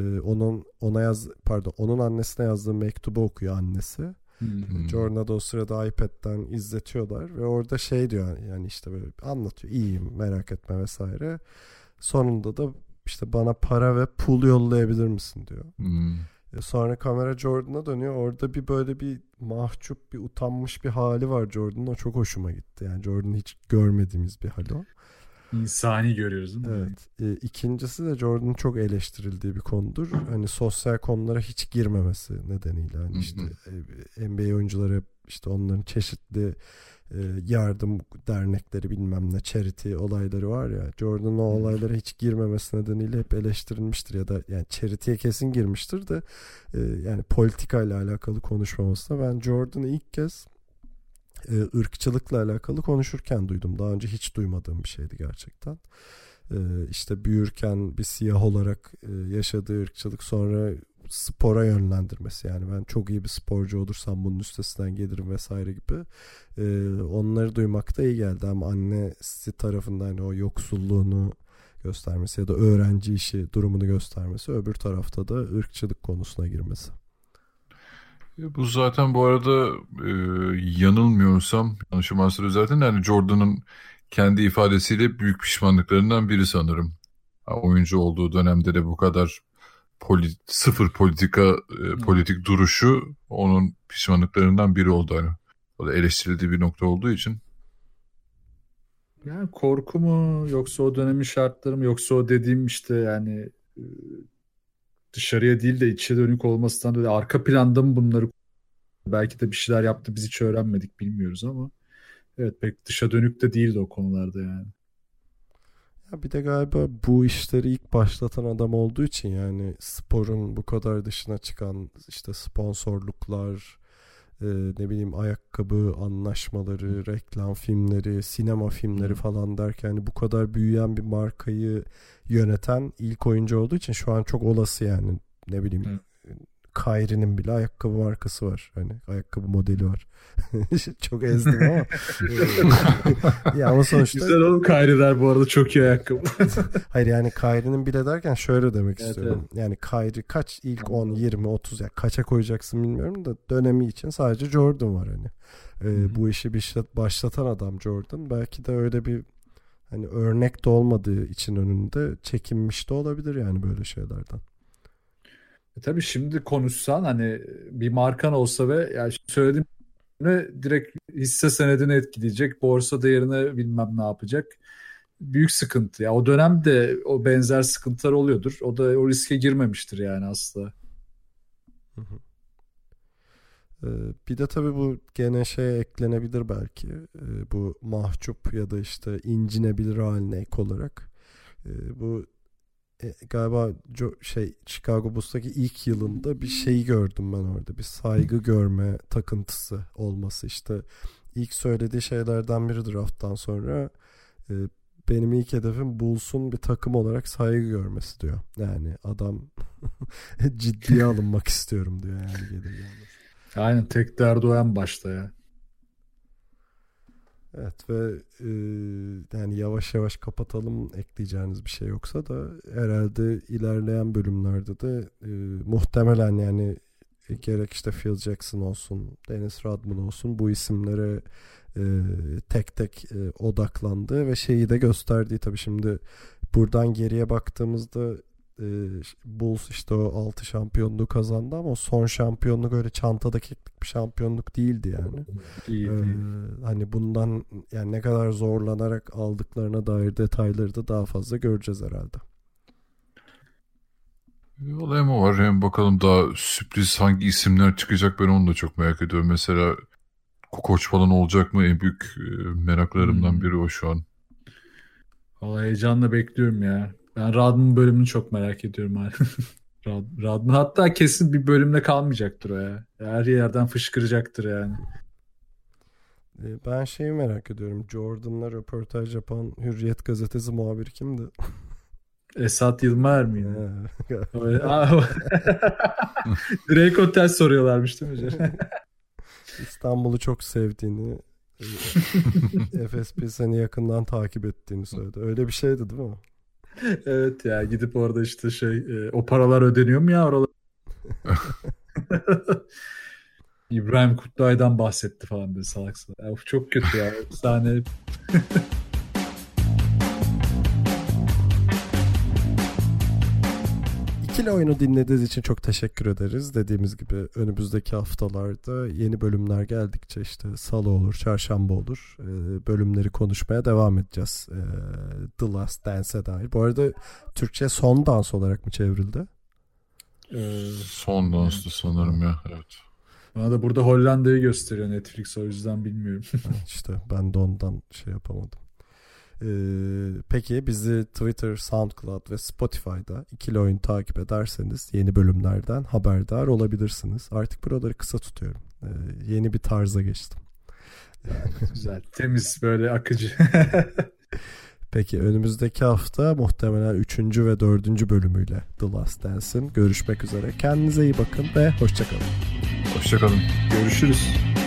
onun annesine yazdığı mektubu okuyor annesi. Jordan'a da o sırada iPad'den izletiyorlar ve orada şey diyor yani işte böyle anlatıyor, iyiyim merak etme vesaire. Sonunda da işte bana para ve pul yollayabilir misin diyor. Sonra kamera Jordan'a dönüyor. Orada bir böyle bir mahcup, bir utanmış bir hali var Jordan'ın. O çok hoşuma gitti. Yani Jordan'ın hiç görmediğimiz bir hali o. İnsani görüyoruz değil mi? Evet. İkincisi de Jordan'ın çok eleştirildiği bir konudur. Hani sosyal konulara hiç girmemesi nedeniyle. Hani işte NBA oyuncuları işte onların çeşitli yardım dernekleri bilmem ne charity olayları var ya. Jordan'ın o olaylara hiç girmemesi nedeniyle hep eleştirilmiştir ya da yani charity'ye kesin girmiştir de yani politikayla alakalı konuşmamasına ben Jordan'ı ilk kez ırkçılıkla alakalı konuşurken duydum. Daha önce hiç duymadığım bir şeydi gerçekten. İşte büyürken bir siyah olarak yaşadığı ırkçılık sonra spora yönlendirmesi. Yani ben çok iyi bir sporcu olursam bunun üstesinden gelirim vesaire gibi. Onları duymak da iyi geldi ama annesi tarafından hani o yoksulluğunu göstermesi ya da öğrenci işi durumunu göstermesi, öbür tarafta da ırkçılık konusuna girmesi. Bu zaten bu arada yanılmıyorsam, yanlışım varsa zaten yani Jordan'ın kendi ifadesiyle büyük pişmanlıklarından biri sanırım. Oyuncu olduğu dönemde de bu kadar sıfır politik duruşu onun pişmanlıklarından biri oldu. Yani. O da eleştirildiği bir nokta olduğu için. Yani korku mu yoksa o dönemin şartları mı yoksa o dediğim işte yani dışarıya değil de içe dönük olmasından dolayı arka planda mı bunları belki de bir şeyler yaptı biz hiç öğrenmedik bilmiyoruz ama evet pek dışa dönük de değildi o konularda yani. Ya bir de galiba bu işleri ilk başlatan adam olduğu için yani sporun bu kadar dışına çıkan işte sponsorluklar, ne bileyim ayakkabı anlaşmaları, reklam filmleri, sinema filmleri falan derken yani bu kadar büyüyen bir markayı yöneten ilk oyuncu olduğu için şu an çok olası yani ne bileyim Kyrie'nin bile ayakkabı markası var. Hani ayakkabı modeli var. Çok ezdim ama. Ya ama sonuçta güzel oğlum Kyrie'ler bu arada çok iyi ayakkabı. Hayır yani Kyrie'nin bile derken şöyle demek istiyorum. Evet. Yani Kyrie kaç ilk 10, 20, 30 yani kaça koyacaksın bilmiyorum da dönemi için sadece Jordan var hani. Bu işi başlatan adam Jordan. Belki de öyle bir hani örnek de olmadığı için önünde çekinmiş de olabilir yani böyle şeylerden. Tabii şimdi konuşsan hani bir markan olsa ve yani söylediğim direkt hisse senedini etkileyecek, borsa değerine bilmem ne yapacak. Büyük sıkıntı. Ya o dönemde o benzer sıkıntılar oluyordur. O da o riske girmemiştir yani asla. Bir de tabii bu gene şeye eklenebilir belki. Bu mahcup ya da işte incinebilir haline ek olarak. Bu galiba Chicago Bulls'taki ilk yılında bir şeyi gördüm ben orada. Bir saygı görme takıntısı olması işte. İlk söylediği şeylerden biri drafttan sonra benim ilk hedefim Bulls'un bir takım olarak saygı görmesi diyor. Yani adam ciddiye alınmak istiyorum diyor yani gelir gelmez. Aynen tek derdi o en başta ya. Evet ve yani yavaş yavaş kapatalım ekleyeceğiniz bir şey yoksa da herhalde ilerleyen bölümlerde de muhtemelen yani gerek işte Phil Jackson olsun, Dennis Rodman olsun bu isimlere tek tek odaklandı ve şeyi de gösterdiği tabii şimdi buradan geriye baktığımızda Bulls işte o 6 şampiyonluğu kazandı ama o son şampiyonluk öyle çantada keklik bir şampiyonluk değildi yani. Hani bundan yani ne kadar zorlanarak aldıklarına dair detayları da daha fazla göreceğiz herhalde. Vallahi hem o var hem bakalım daha sürpriz hangi isimler çıkacak, ben onu da çok merak ediyorum. Mesela Koç falan olacak mı? En büyük meraklarımdan biri o şu an. Vallahi heyecanla bekliyorum ya. Ben Radman bölümünü çok merak ediyorum hala. Radman hatta kesin bir bölümde kalmayacaktır o ya. Her yerden fışkıracaktır yani. Ben şeyi merak ediyorum. Jordan'la röportaj yapan Hürriyet gazetesi muhabiri kimdi? Esat Yılmaz mıydı? Ha. Direkt otel soruyorlarmış değil mi hocam? İstanbul'u çok sevdiğini, FSP seni yakından takip ettiğini söyledi. Öyle bir şeydi değil mi? Evet ya, gidip orada işte o paralar ödeniyor mu ya oralar? İbrahim Kutluay'dan bahsetti falan böyle salak salak. Ya, çok kötü ya. Sahne. İkili Oyun'u dinlediğiniz için çok teşekkür ederiz. Dediğimiz gibi önümüzdeki haftalarda yeni bölümler geldikçe işte salı olur, çarşamba olur, bölümleri konuşmaya devam edeceğiz. The Last Dance'e dair. Bu arada Türkçe Son Dans olarak mı çevrildi? Son danstı sanırım ya. Evet. Bana da burada Hollanda'yı gösteriyor Netflix, o yüzden bilmiyorum. İşte ben de ondan şey yapamadım. Peki bizi Twitter, SoundCloud ve Spotify'da İkili Oyun takip ederseniz yeni bölümlerden haberdar olabilirsiniz. Artık buraları kısa tutuyorum. Yeni bir tarza geçtim. Güzel, temiz, böyle akıcı. Peki önümüzdeki hafta muhtemelen 3. ve 4. bölümüyle The Last Dance'in görüşmek üzere. Kendinize iyi bakın ve hoşçakalın. Hoşçakalın. Görüşürüz.